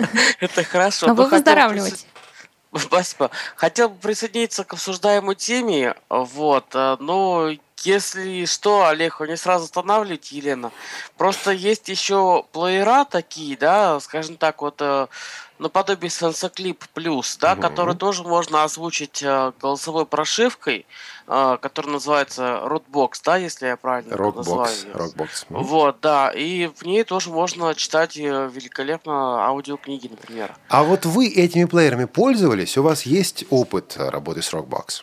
Это хорошо. Но вы выздоравливаете. Спасибо. Хотел бы присоединиться к обсуждаемой теме. Вот. Но если что, Олег, вы не сразу останавливайте, Елена. Просто есть еще плеера такие, да, скажем так, вот наподобие SensoClip Plus, да, угу. который тоже можно озвучить э, голосовой прошивкой, э, которая называется Rockbox, да, если я правильно Rockbox, называю. Rockbox. Mm-hmm. Вот, да, и в ней тоже можно читать великолепно аудиокниги, например. А вот вы этими плеерами пользовались? У вас есть опыт работы с Rockbox?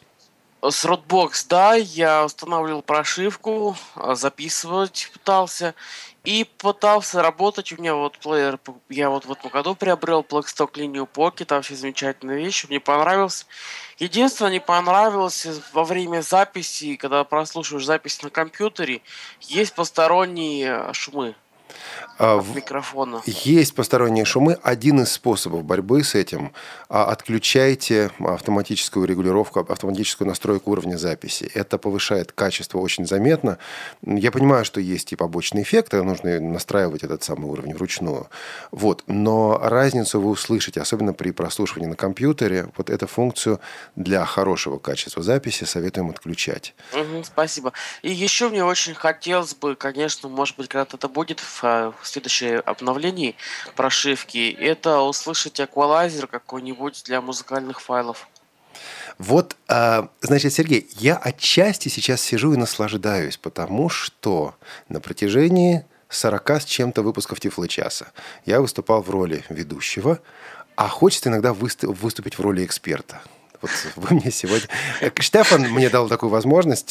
С Rockbox, да, я устанавливал прошивку, записывать пытался. И пытался работать, у меня вот плеер, я вот в этом году приобрел Blackstock линию Pocket, вообще замечательная вещь, мне понравилось. Единственное, не понравилось во время записи, когда прослушиваешь запись на компьютере, есть посторонние шумы. От микрофона. Есть посторонние шумы. Один из способов борьбы с этим – отключайте автоматическую регулировку, автоматическую настройку уровня записи. Это повышает качество очень заметно. Я понимаю, что есть и побочные эффекты, нужно настраивать этот самый уровень вручную. Вот. Но разницу вы услышите, особенно при прослушивании на компьютере. Вот эту функцию для хорошего качества записи советуем отключать. Угу, спасибо. И еще мне очень хотелось бы, конечно, может быть, когда-то это будет в в следующее обновлении прошивки, это услышать эквалайзер какой-нибудь для музыкальных файлов. Вот, значит, Сергей, я отчасти сейчас сижу и наслаждаюсь, потому что на протяжении сорока с чем-то выпусков Тифлочаса я выступал в роли ведущего, а хочется иногда выступить в роли эксперта. Вот вы мне сегодня... Штефан мне дал такую возможность,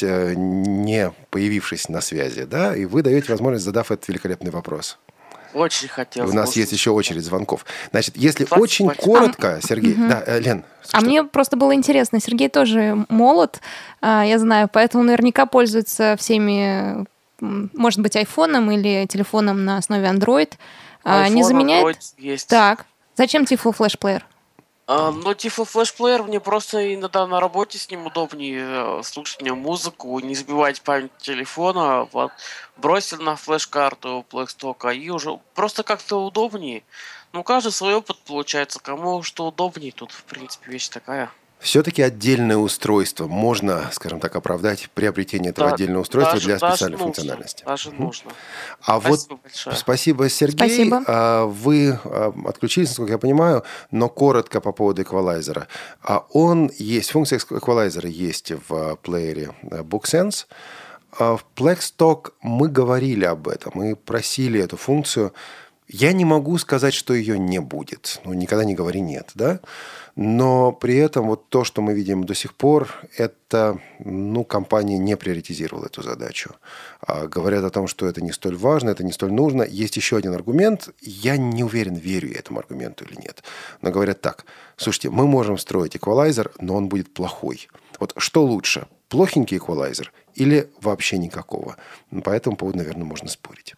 не появившись на связи, да, и вы даете возможность, задав этот великолепный вопрос. Очень хотел. У нас слушать. Есть еще очередь звонков. Значит, если двадцать очень двадцать коротко, а, Сергей... Угу. Да, Лен. А что? Мне просто было интересно. Сергей тоже молод, я знаю, поэтому наверняка пользуется всеми, может быть, айфоном или телефоном на основе Android. iPhone, не заменяет? Android есть. Так. Зачем Tiflo Flash Player? А, но Tiflo Flash Player мне просто иногда на работе с ним удобнее слушать мне музыку, не забивать память телефона, вот, бросил на флеш-карту Blackstock, и уже просто как-то удобнее. Ну, каждый свой опыт получается, кому что удобнее, тут, в принципе, вещь такая. Все-таки отдельное устройство. Можно, скажем так, оправдать приобретение этого да, отдельного устройства даже, для специальной даже функциональности. Даже угу. нужно. А спасибо вот большое. Спасибо, Сергей. Спасибо. Вы отключились, насколько я понимаю, но коротко по поводу эквалайзера. Он есть, функция эквалайзера есть в плеере BookSense. В Blackstock мы говорили об этом, мы просили эту функцию. Я не могу сказать, что ее не будет. Ну, никогда не говори «нет», да? Но при этом вот то, что мы видим до сих пор, это, ну, компания не приоритизировала эту задачу. А говорят о том, что это не столь важно, это не столь нужно. Есть еще один аргумент. Я не уверен, верю я этому аргументу или нет. Но говорят так. Слушайте, мы можем строить эквалайзер, но он будет плохой. Вот что лучше? Плохенький эквалайзер или вообще никакого? По этому поводу, наверное, можно спорить.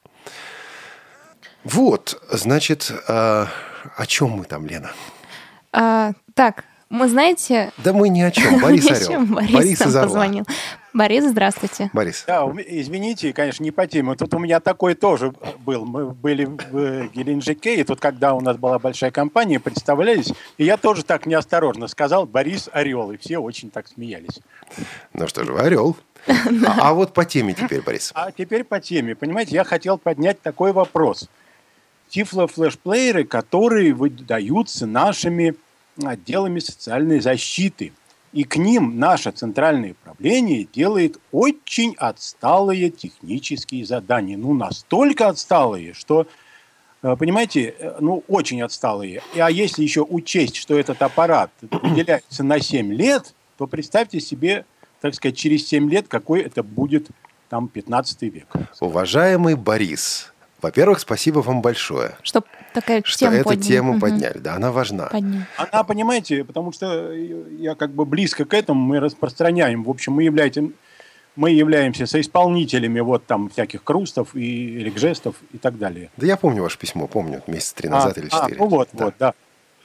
Вот, значит, а, о чем мы там, Лена? А, так, мы знаете... Да мы ни о чем. Борис Орел. Борис, Борис нам из Орла. позвонил. Борис, здравствуйте. Борис. Да, извините, конечно, не по теме. Тут у меня такой тоже был. Мы были в Геленджике, и тут, когда у нас была большая компания, представлялись, и я тоже так неосторожно сказал «Борис Орел», и все очень так смеялись. Ну что же, вы Орел. А вот по теме теперь, Борис. А теперь по теме. Понимаете, я хотел поднять такой вопрос. Тифло-флешплееры, которые выдаются нашими отделами социальной защиты. И к ним наше центральное управление делает очень отсталые технические задания. Ну, настолько отсталые, что, понимаете, ну, очень отсталые. А если еще учесть, что этот аппарат выделяется на семь лет, то представьте себе, так сказать, через семь лет, какой это будет там пятнадцатый век. Уважаемый Борис, во-первых, спасибо вам большое. Что такая что тему эту подняли. тему Угу. подняли. Да, она важна. Подняли. Она, понимаете, потому что я как бы близко к этому, мы распространяем. В общем, мы являемся, мы являемся соисполнителями вот там всяких крустов и регжестов и так далее. Да я помню ваше письмо, помню, месяца три назад а, или четыре. А, ну вот, да. вот, да.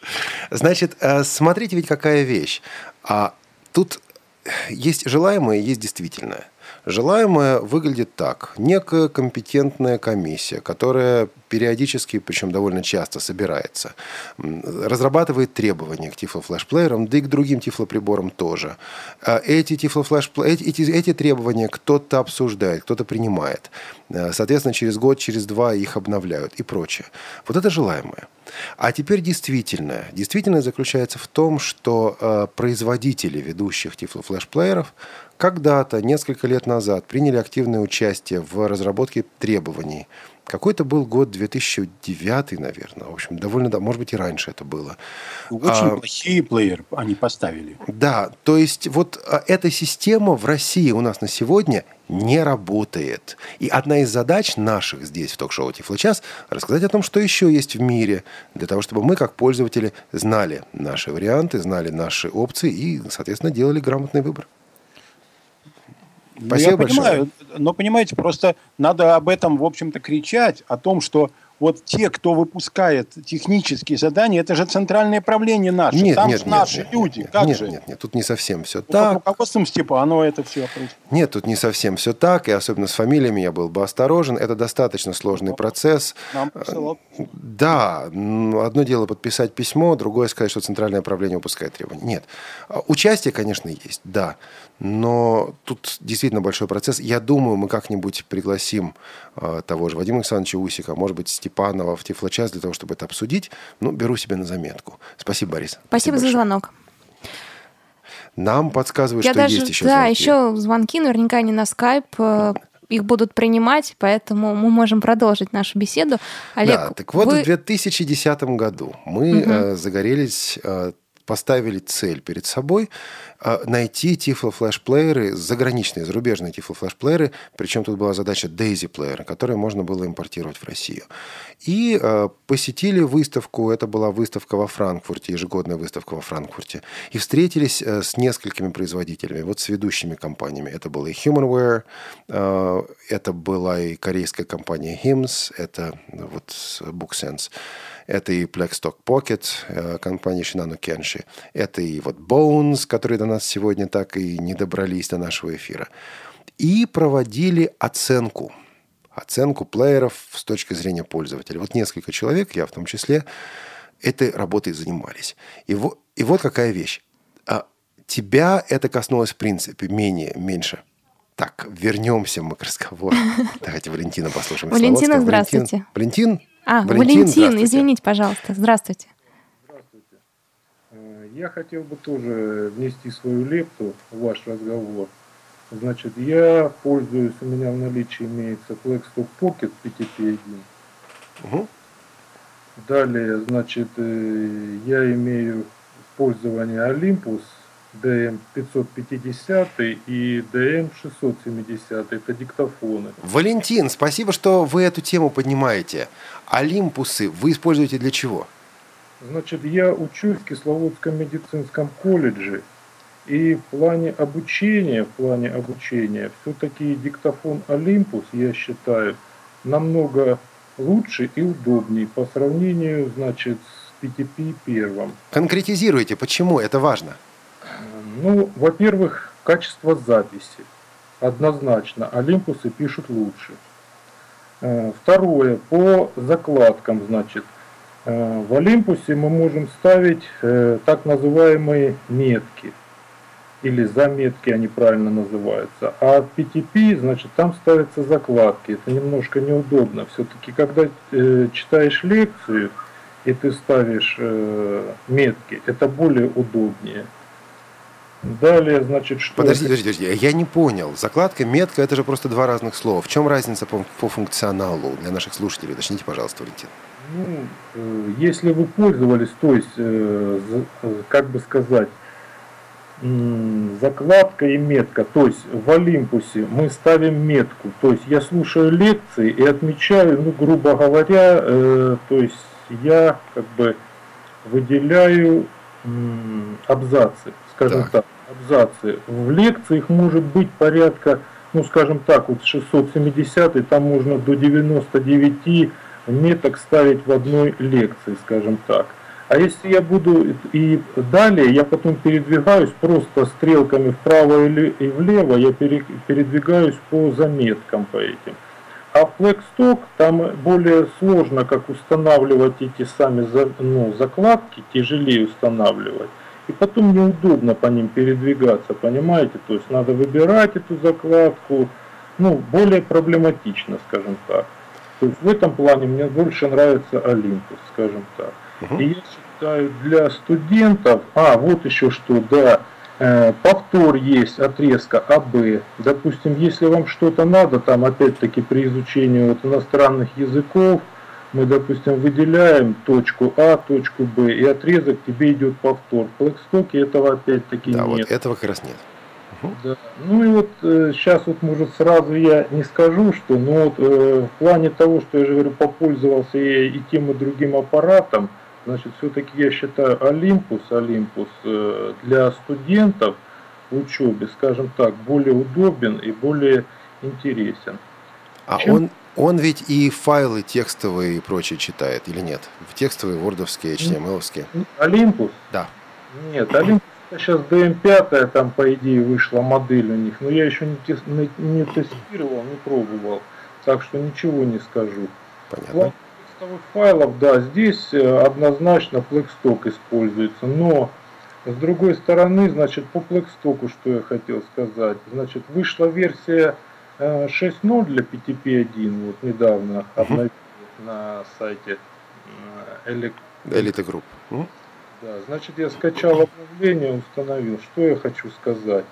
Значит, смотрите, ведь какая вещь. А тут есть желаемое, есть действительное. Желаемое выглядит так. Некая компетентная комиссия, которая периодически, причем довольно часто, собирается, разрабатывает требования к тифлофлешплеерам, да и к другим тифлоприборам тоже. Эти, тифлофлешпле... эти, эти, эти требования кто-то обсуждает, кто-то принимает. Соответственно, через год, через два их обновляют и прочее. Вот это желаемое. А теперь действительное. Действительное заключается в том, что э, производители ведущих тифлофлешплееров когда-то, несколько лет назад, приняли активное участие в разработке требований. Какой-то был год две тысячи девятый, наверное. В общем, довольно, да, может быть, и раньше это было. Очень а, плохие плееры они поставили. Да, то есть вот эта система в России у нас на сегодня не работает. И одна из задач наших здесь в ток-шоу «Тифлочас» рассказать о том, что еще есть в мире, для того, чтобы мы, как пользователи, знали наши варианты, знали наши опции и, соответственно, делали грамотный выбор. Спасибо я большое. Понимаю, но, понимаете, просто надо об этом, в общем-то, кричать, о том, что вот те, кто выпускает технические задания, это же центральное правление наше. Нет, Там нет, же нет, наши нет, люди. Нет, как нет, же? нет, нет, тут не совсем все Ну, так. под руководством Степанова это все происходит. Нет, тут не совсем все так, и особенно с фамилиями я был бы осторожен. Это достаточно сложный процесс. Нам посылал. Да, одно дело подписать письмо, другое сказать, что центральное управление выпускает требования. Нет. Участие, конечно, есть, да. Но тут действительно большой процесс. Я думаю, мы как-нибудь пригласим э, того же Вадима Александровича Усика, может быть, Степанова в Тифлочас для того, чтобы это обсудить. Ну, беру себе на заметку. Спасибо, Борис. Спасибо, Спасибо за звонок. Нам подсказывают, Я что даже, есть еще да, звонки. еще звонки, наверняка не на скайп. Их будут принимать, поэтому мы можем продолжить нашу беседу. Олег, да, так вот, вы... в две тысячи десятом году мы угу. э, загорелись... Э, поставили цель перед собой найти тифлофлешплееры, заграничные, зарубежные тифлофлешплееры, причем тут была задача дейзи-плеера, которые можно было импортировать в Россию. И э, посетили выставку, это была выставка во Франкфурте, ежегодная выставка во Франкфурте, и встретились э, с несколькими производителями, вот с ведущими компаниями. Это было и Humanware, э, это была и корейская компания Hims, это вот BookSense. Это и Blackstock Pocket, компания Shinano Kenshi. Это и вот Bones, которые до нас сегодня так и не добрались до нашего эфира. И проводили оценку. Оценку плееров с точки зрения пользователя. Вот несколько человек, я в том числе, этой работой занимались. И вот, и вот какая вещь. Тебя это коснулось в принципе менее, меньше. Так, вернемся мы к разговору. Давайте Валентина послушаем. Валентина, здравствуйте. Валентин? А, Валентин, Валентин, извините, пожалуйста. Здравствуйте. Здравствуйте. Я хотел бы тоже внести свою лепту в ваш разговор. Значит, я пользуюсь, у меня в наличии имеется Blackstock Pocket пи ти пи один. Угу. Далее, значит, я имею использование Olympus ди эм пятьсот пятьдесят и ди эм шестьсот семьдесят. Это диктофоны. Валентин, спасибо, что вы эту тему поднимаете. Олимпусы вы используете для чего? Значит, я учусь в Кисловодском медицинском колледже. И в плане обучения, в плане обучения, все-таки диктофон Olympus, я считаю, намного лучше и удобнее по сравнению, значит, с пи ти пи первым. Конкретизируйте, почему это важно? Ну, во-первых, качество записи. Однозначно, Олимпусы пишут лучше. Второе, по закладкам, значит, в Олимпусе мы можем ставить так называемые метки. Или заметки они правильно называются. А в пи ти пи, значит, там ставятся закладки. Это немножко неудобно. Все-таки, когда э, читаешь лекцию, и ты ставишь э, метки, это более удобнее. Далее, значит, что... Подожди, подожди, подожди, я не понял. Закладка, метка, это же просто два разных слова. В чем разница по, по функционалу для наших слушателей? Уточните, пожалуйста, Валентин. Ну, э, если вы пользовались, то есть, э, как бы сказать, закладка и метка, то есть в Олимпусе мы ставим метку, то есть я слушаю лекции и отмечаю, ну, грубо говоря, э, то есть я как бы выделяю м, абзацы, скажем так. так, абзацы. В лекциях может быть порядка, ну, скажем так, вот шестьсот семьдесят, там можно до девяноста девяти меток ставить в одной лекции, скажем так. А если я буду и далее, я потом передвигаюсь просто стрелками вправо и влево, я передвигаюсь по заметкам по этим. А в Blackstock там более сложно, как устанавливать эти сами ну, закладки, тяжелее устанавливать. И потом неудобно по ним передвигаться, понимаете? То есть надо выбирать эту закладку, ну, более проблематично, скажем так. То есть в этом плане мне больше нравится Olympus, скажем так. И я считаю, для студентов, а вот еще что, да, э, повтор есть отрезка АБ. Допустим, если вам что-то надо, там опять-таки при изучении вот иностранных языков, мы, допустим, выделяем точку А, точку Б, и отрезок тебе идет повтор. В Blackstock этого опять-таки да, нет. Вот этого как раз нет. Да. Ну и вот э, сейчас вот, может, сразу я не скажу, что, но вот э, в плане того, что я же говорю, попользовался я и тем, и другим аппаратом, значит, все-таки я считаю Olympus, Olympus э, для студентов в учебе, скажем так, более удобен и более интересен. А Чем... он, он ведь и файлы текстовые и прочее читает или нет? В текстовые, вордовские, эйч ти эм эловские? Olympus? Да. Нет, Olympus сейчас ди эм пять, там по идее вышла модель у них, но я еще не, тес, не, не тестировал, не пробовал, так что ничего не скажу. Понятно. Текстовых файлов, да, здесь однозначно Blackstock используется, но с другой стороны, значит, по Blackstock, что я хотел сказать, значит, вышла версия шесть ноль для пи ти пи один, вот недавно обновили uh-huh. на сайте Elite Group. Uh-huh. Да, значит, я скачал обновление, установил. Что я хочу сказать?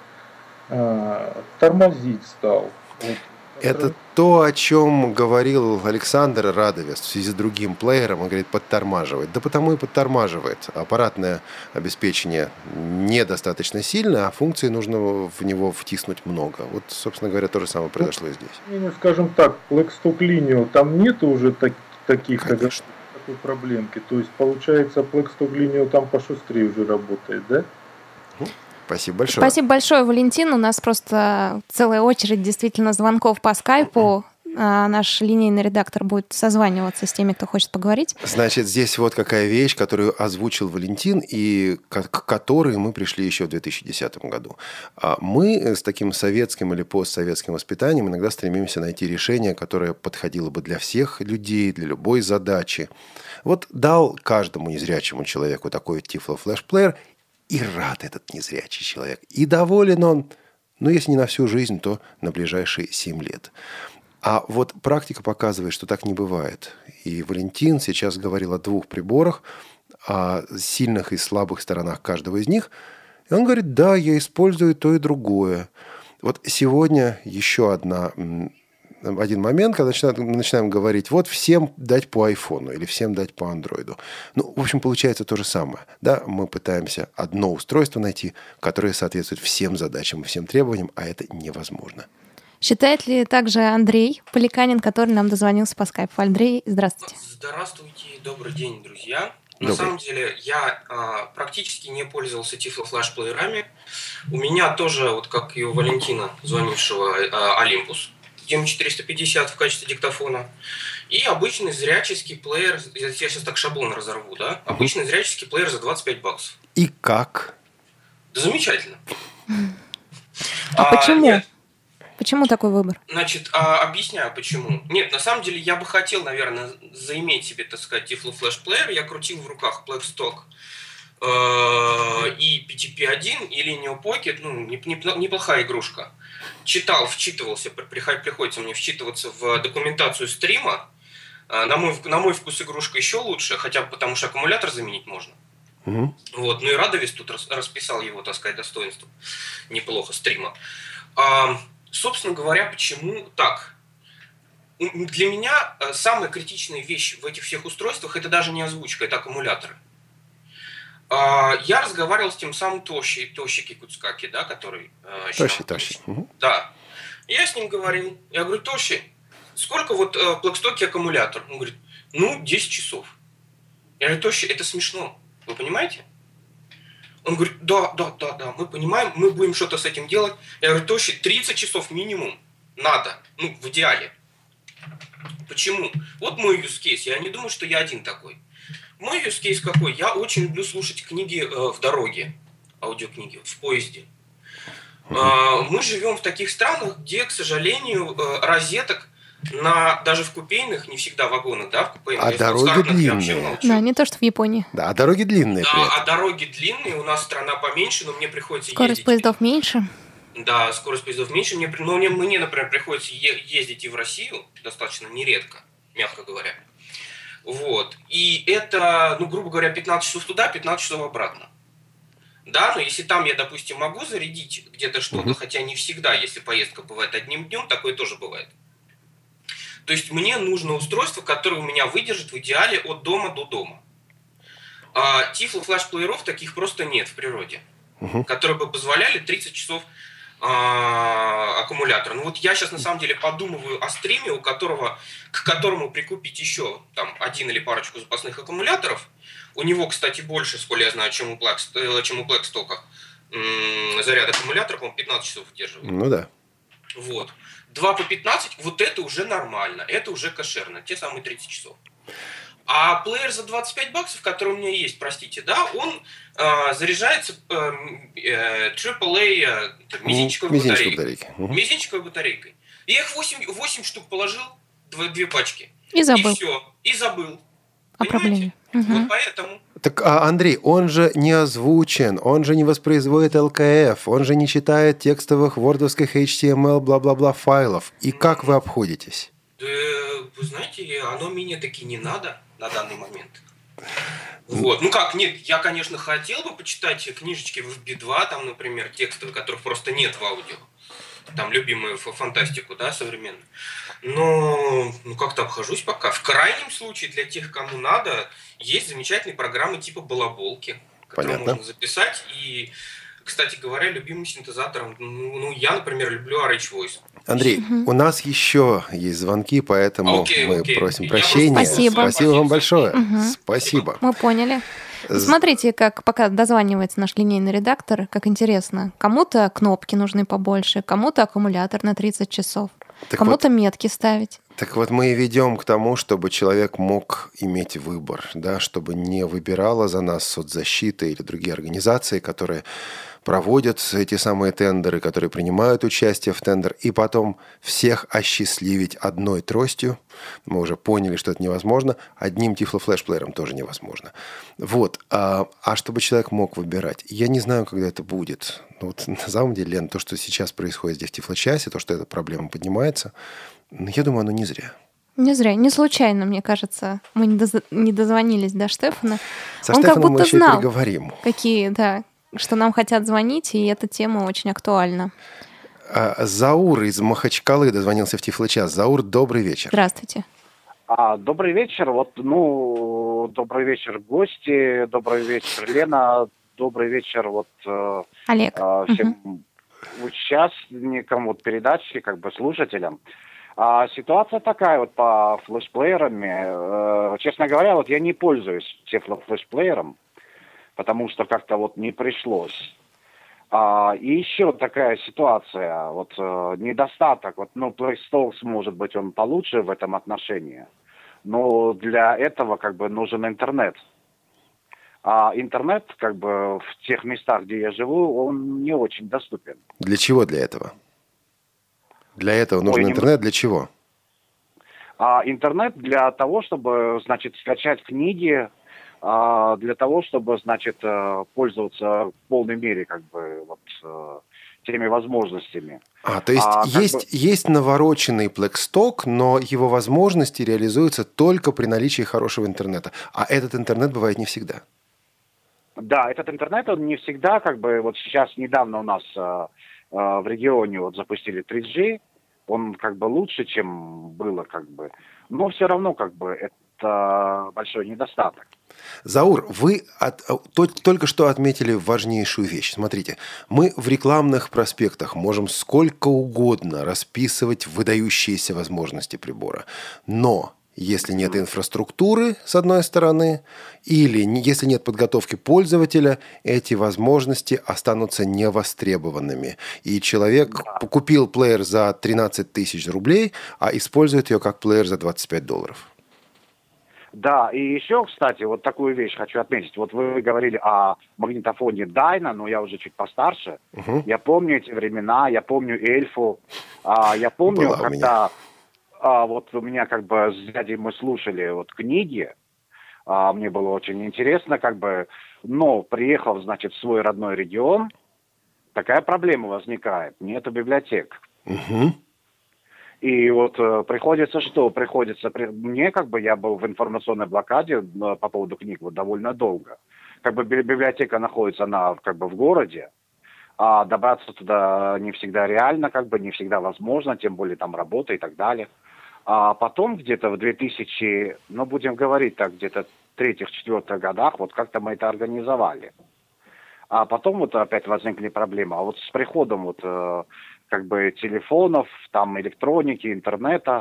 А, тормозить стал. Вот. Это то, о чем говорил Александр Радовец в связи с другим плеером. Он говорит, подтормаживает. Да потому и подтормаживает. Аппаратное обеспечение недостаточно сильно, а функций нужно в него втиснуть много. Вот, собственно говоря, то же самое произошло и здесь. Ну, скажем так, Blackstock Linear, там нет уже так, таких такой проблемки. То есть, получается, Blackstock Linear там пошустрее уже работает, да? Спасибо большое. Спасибо большое, Валентин. У нас просто целая очередь действительно звонков по скайпу. А наш линейный редактор будет созваниваться с теми, кто хочет поговорить. Значит, здесь вот какая вещь, которую озвучил Валентин, и к которой мы пришли еще в две тысячи десятом году. Мы с таким советским или постсоветским воспитанием иногда стремимся найти решение, которое подходило бы для всех людей, для любой задачи. Вот дал каждому незрячему человеку такой Tiflo Flash Player, и рад этот незрячий человек. И доволен он, ну, если не на всю жизнь, то на ближайшие семь лет. А вот практика показывает, что так не бывает. И Валентин сейчас говорил о двух приборах, о сильных и слабых сторонах каждого из них. И он говорит, да, я использую то и другое. Вот сегодня еще одна один момент, когда начинаем, мы начинаем говорить, вот всем дать по айфону или всем дать по андроиду. Ну, в общем, получается то же самое. Да? Мы пытаемся одно устройство найти, которое соответствует всем задачам и всем требованиям, а это невозможно. Считает ли также Андрей Поликанин, который нам дозвонился по скайпу? Андрей, здравствуйте. Здравствуйте, добрый день, друзья. Добрый. На самом деле, я а, практически не пользовался Tiflo-флеш-плеерами. У меня тоже, вот как и у Валентина, звонившего, а, Olympus эм четыреста пятьдесят в качестве диктофона. И обычный зряческий плеер, я сейчас так шаблон разорву, да? Обычный зряческий плеер за двадцать пять баксов. И как? Да замечательно. А, а почему? Нет. Почему такой выбор? Значит, а, объясняю почему. Нет, на самом деле я бы хотел, наверное, заиметь себе, так сказать, Tiflo Flash Player. Я крутил в руках Blackstock э, и пи ти пи один и Linear Pocket, ну, неплохая игрушка. Читал, вчитывался, приходится мне вчитываться в документацию стрима. На мой, на мой вкус игрушка еще лучше, хотя бы потому что аккумулятор заменить можно. Угу. Вот, ну и Радовис тут расписал его, так сказать, достоинство. Неплохо стрима. А, собственно говоря, почему так? Для меня самая критичная вещь в этих всех устройствах это даже не озвучка, это аккумуляторы. Я разговаривал с тем самым Тоши, Тоши Кикуцкаки, да, который... Тоши, Тоши. Угу. Да. Я с ним говорил. Я говорю, Тоши, сколько вот в Blackstock аккумулятор? Он говорит, ну, десять часов. Я говорю, Тоши, это смешно. Вы понимаете? Он говорит, да, да, да, да, мы понимаем, мы будем что-то с этим делать. Я говорю, Тоши, тридцать часов минимум надо. Ну, в идеале. Почему? Вот мой use case. Я не думаю, что я один такой. Мой use case какой? Я очень люблю слушать книги э, в дороге, аудиокниги, в поезде. Э, мы живем в таких странах, где, к сожалению, э, розеток на, даже в купейных, не всегда вагонах, да, в купейных. А дороги длинные. Да, не то, что в Японии. Да, а дороги длинные. Да, а дороги длинные, у нас страна поменьше, но мне приходится Скорость ездить. Скорость поездов меньше. Да, скорость поездов меньше, мне, но мне, мне, например, приходится е- ездить и в Россию, достаточно нередко, мягко говоря. Вот. И это, ну, грубо говоря, пятнадцать часов туда, пятнадцать часов обратно. Да, но если там я, допустим, могу зарядить где-то что-то, uh-huh. хотя не всегда, если поездка бывает одним днем, такое тоже бывает. То есть мне нужно устройство, которое у меня выдержит в идеале от дома до дома. А Tiflo флеш-плееров таких просто нет в природе, uh-huh. которые бы позволяли тридцать часов а, аккумулятора. Ну вот я сейчас на самом деле подумываю о стриме, у которого, к которому прикупить еще там один или парочку запасных аккумуляторов. У него, кстати, больше, сколько я знаю, чем у Blackstock, чем у Blackstock. М-м, заряд аккумулятора, по-моему, пятнадцать часов выдерживает. Ну да. Вот. два по пятнадцать, вот это уже нормально, это уже кошерно, те самые тридцать часов. А плеер за двадцать пять баксов, который у меня есть, простите, да, он э, заряжается э, э, трипл эй э, мизинчиковой батарейкой. батарейкой. Угу. Мизинчиковой батарейкой. Я их восемь, восемь штук положил, две, две пачки. И забыл. И все, и забыл. О проблеме. Угу. Вот поэтому... Так, а, Андрей, он же не озвучен, он же не воспроизводит эл кей эф, он же не читает текстовых вордовских эйч ти эм эл бла-бла-бла файлов. И как вы обходитесь? Да, вы знаете, оно мне таки не надо на данный момент. Вот. Ну как, нет, я, конечно, хотел бы почитать книжечки в би два, там, например, текстовые, которых просто нет в аудио. Там любимую фантастику, да, современную. Но ну, как-то обхожусь пока. В крайнем случае, для тех, кому надо, есть замечательные программы типа балаболки, которые Понятно. можно записать. И, кстати говоря, любимым синтезатором, ну, ну я, например, люблю ар эйч Voice. Андрей, Угу. у нас еще есть звонки, поэтому Окей, мы окей. просим Я прощения. просто- Спасибо. Спасибо вам большое. Угу. Спасибо. Мы поняли. Смотрите, как пока дозванивается наш линейный редактор, как интересно. Кому-то кнопки нужны побольше, кому-то аккумулятор на тридцать часов, Так кому-то метки ставить. Так вот, мы и ведем к тому, чтобы человек мог иметь выбор, да, чтобы не выбирала за нас соцзащита или другие организации, которые проводят эти самые тендеры, которые принимают участие в тендер, и потом всех осчастливить одной тростью. Мы уже поняли, что это невозможно. Одним Tiflo флеш-плеером тоже невозможно. Вот. А, а чтобы человек мог выбирать, я не знаю, когда это будет. Но вот на самом деле, Лен, то, что сейчас происходит здесь в Тифло-часе, то, что эта проблема поднимается, ну, я думаю, оно не зря. Не зря, не случайно, мне кажется, мы не, доз- не дозвонились до Штефана. Со Он Штефаном как мы будто еще и знал, переговорим. какие, да, что нам хотят звонить, и эта тема очень актуальна. Заур из Махачкалы дозвонился в Тифло-час. Заур, добрый вечер. Здравствуйте. А, добрый вечер. Вот, ну, добрый вечер, гости, добрый вечер, Лена, добрый вечер, вот Олег. Э, всем угу. участникам вот передачи, как бы слушателям. А ситуация такая вот по флешплеерам. Э, честно говоря, вот я не пользуюсь флешплеером, потому что как-то вот не пришлось. А, и еще такая ситуация, вот э, недостаток, вот, ну, PlayStore, может быть, он получше в этом отношении, но для этого как бы нужен интернет. А интернет, как бы, в тех местах, где я живу, он не очень доступен. Для чего для этого? Для этого нужен Ой, интернет для чего? А, интернет для того, чтобы, значит, скачать книги, для того, чтобы, значит, пользоваться в полной мере, как бы, вот, теми возможностями. А, то есть а, есть, бы... есть навороченный Blackstock, но его возможности реализуются только при наличии хорошего интернета. А этот интернет бывает не всегда. Да, этот интернет, он не всегда, как бы, вот сейчас недавно у нас э, э, в регионе вот запустили три джи, он, как бы, лучше, чем было, как бы, но все равно, как бы, это большой недостаток. Заур, вы от, только что отметили важнейшую вещь. Смотрите, мы в рекламных проспектах можем сколько угодно расписывать выдающиеся возможности прибора. Но если нет инфраструктуры, с одной стороны, или если нет подготовки пользователя, эти возможности останутся невостребованными. И человек да. купил плеер за тринадцать тысяч рублей, а использует ее как плеер за двадцать пять долларов. Да, и еще, кстати, вот такую вещь хочу отметить. Вот вы говорили о магнитофоне Dyna, но я уже чуть постарше. Угу. Я помню эти времена, я помню Эльфу. А, я помню, Была когда а, вот у меня как бы с дядей мы слушали вот книги. А, мне было очень интересно, как бы, но приехав, значит, в свой родной регион, такая проблема возникает. Нету библиотек. Угу. И вот э, приходится что? Приходится... При... Мне, как бы, я был в информационной блокаде э, по поводу книг вот довольно долго. Как бы библиотека находится, она, как бы, в городе, а добраться туда не всегда реально, как бы, не всегда возможно, тем более там работа и так далее. А потом где-то в две тысячи, ну, будем говорить так, где-то третьих-четвертых годах, вот как-то мы это организовали. А потом вот опять возникли проблемы. А вот с приходом вот... Э, как бы телефонов, там электроники, интернета,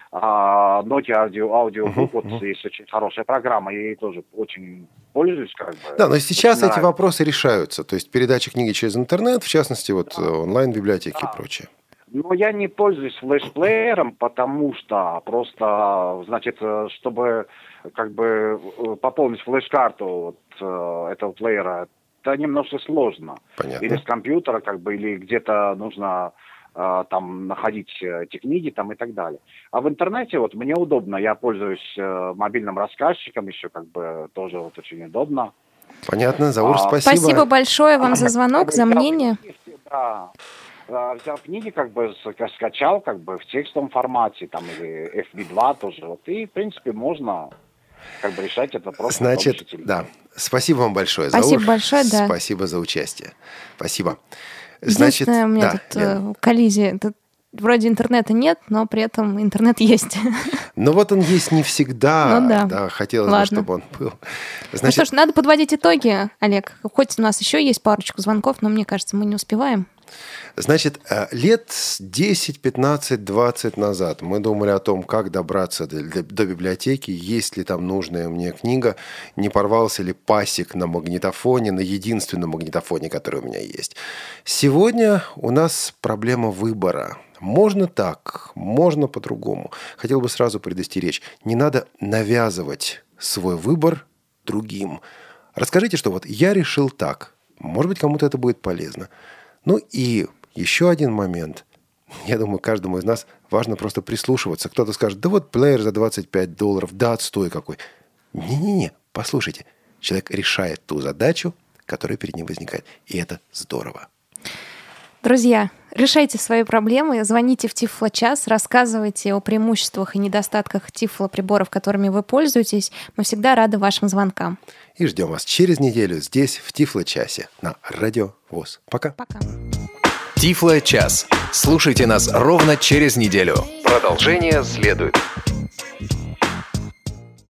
а, Nokia Audio, Audio Book, uh-huh, вот uh-huh. есть очень хорошая программа, я ей тоже очень пользуюсь. Как бы, да, но сейчас эти вопросы решаются, то есть передача книги через интернет, в частности, вот да. онлайн-библиотеки да. и прочее. Но я не пользуюсь флешплеером, потому что просто, значит, чтобы как бы пополнить флеш-карту вот, этого плеера, это немножко сложно. Понятно. Или с компьютера, как бы, или где-то нужно э, там находить эти книги там, и так далее. А в интернете вот мне удобно. Я пользуюсь э, мобильным рассказчиком еще, как бы, тоже вот очень удобно. Понятно, Заур, а, спасибо. Спасибо большое вам а, за звонок, за мнение. Да. Взял книги, как бы скачал, как бы в текстовом формате, там, или эф би два тоже. Вот, и, в принципе, можно как бы решать этот вопрос. Значит, да. Спасибо вам большое, Спасибо Заур. большое, да. Спасибо за участие. Спасибо. Значит, у меня да, тут Лена. коллизия. Тут вроде интернета нет, но при этом интернет есть. Но вот он есть не всегда. Ну, да. Да, хотелось бы, чтобы он был. Значит... Ну что ж, надо подводить итоги, Олег. Хоть у нас еще есть парочку звонков, но мне кажется, мы не успеваем. Значит, лет десять, пятнадцать, двадцать назад мы думали о том, как добраться до, до библиотеки, есть ли там нужная мне книга, не порвался ли пасек на магнитофоне, на единственном магнитофоне, который у меня есть. Сегодня у нас проблема выбора. Можно так, можно по-другому. Хотел бы сразу предостеречь, не надо навязывать свой выбор другим. Расскажите, что вот я решил так, может быть, кому-то это будет полезно. Ну и еще один момент. Я думаю, каждому из нас важно просто прислушиваться. Кто-то скажет, да вот плеер за двадцать пять долларов, да отстой какой. Не-не-не, послушайте. Человек решает ту задачу, которая перед ним возникает. И это здорово. Друзья, решайте свои проблемы, звоните в Тифло-час, рассказывайте о преимуществах и недостатках Тифло-приборов, которыми вы пользуетесь. Мы всегда рады вашим звонкам. И ждем вас через неделю здесь, в Тифло-часе, на Радио ВОС. Пока. Пока. Тифло час. Слушайте нас ровно через неделю. Продолжение следует.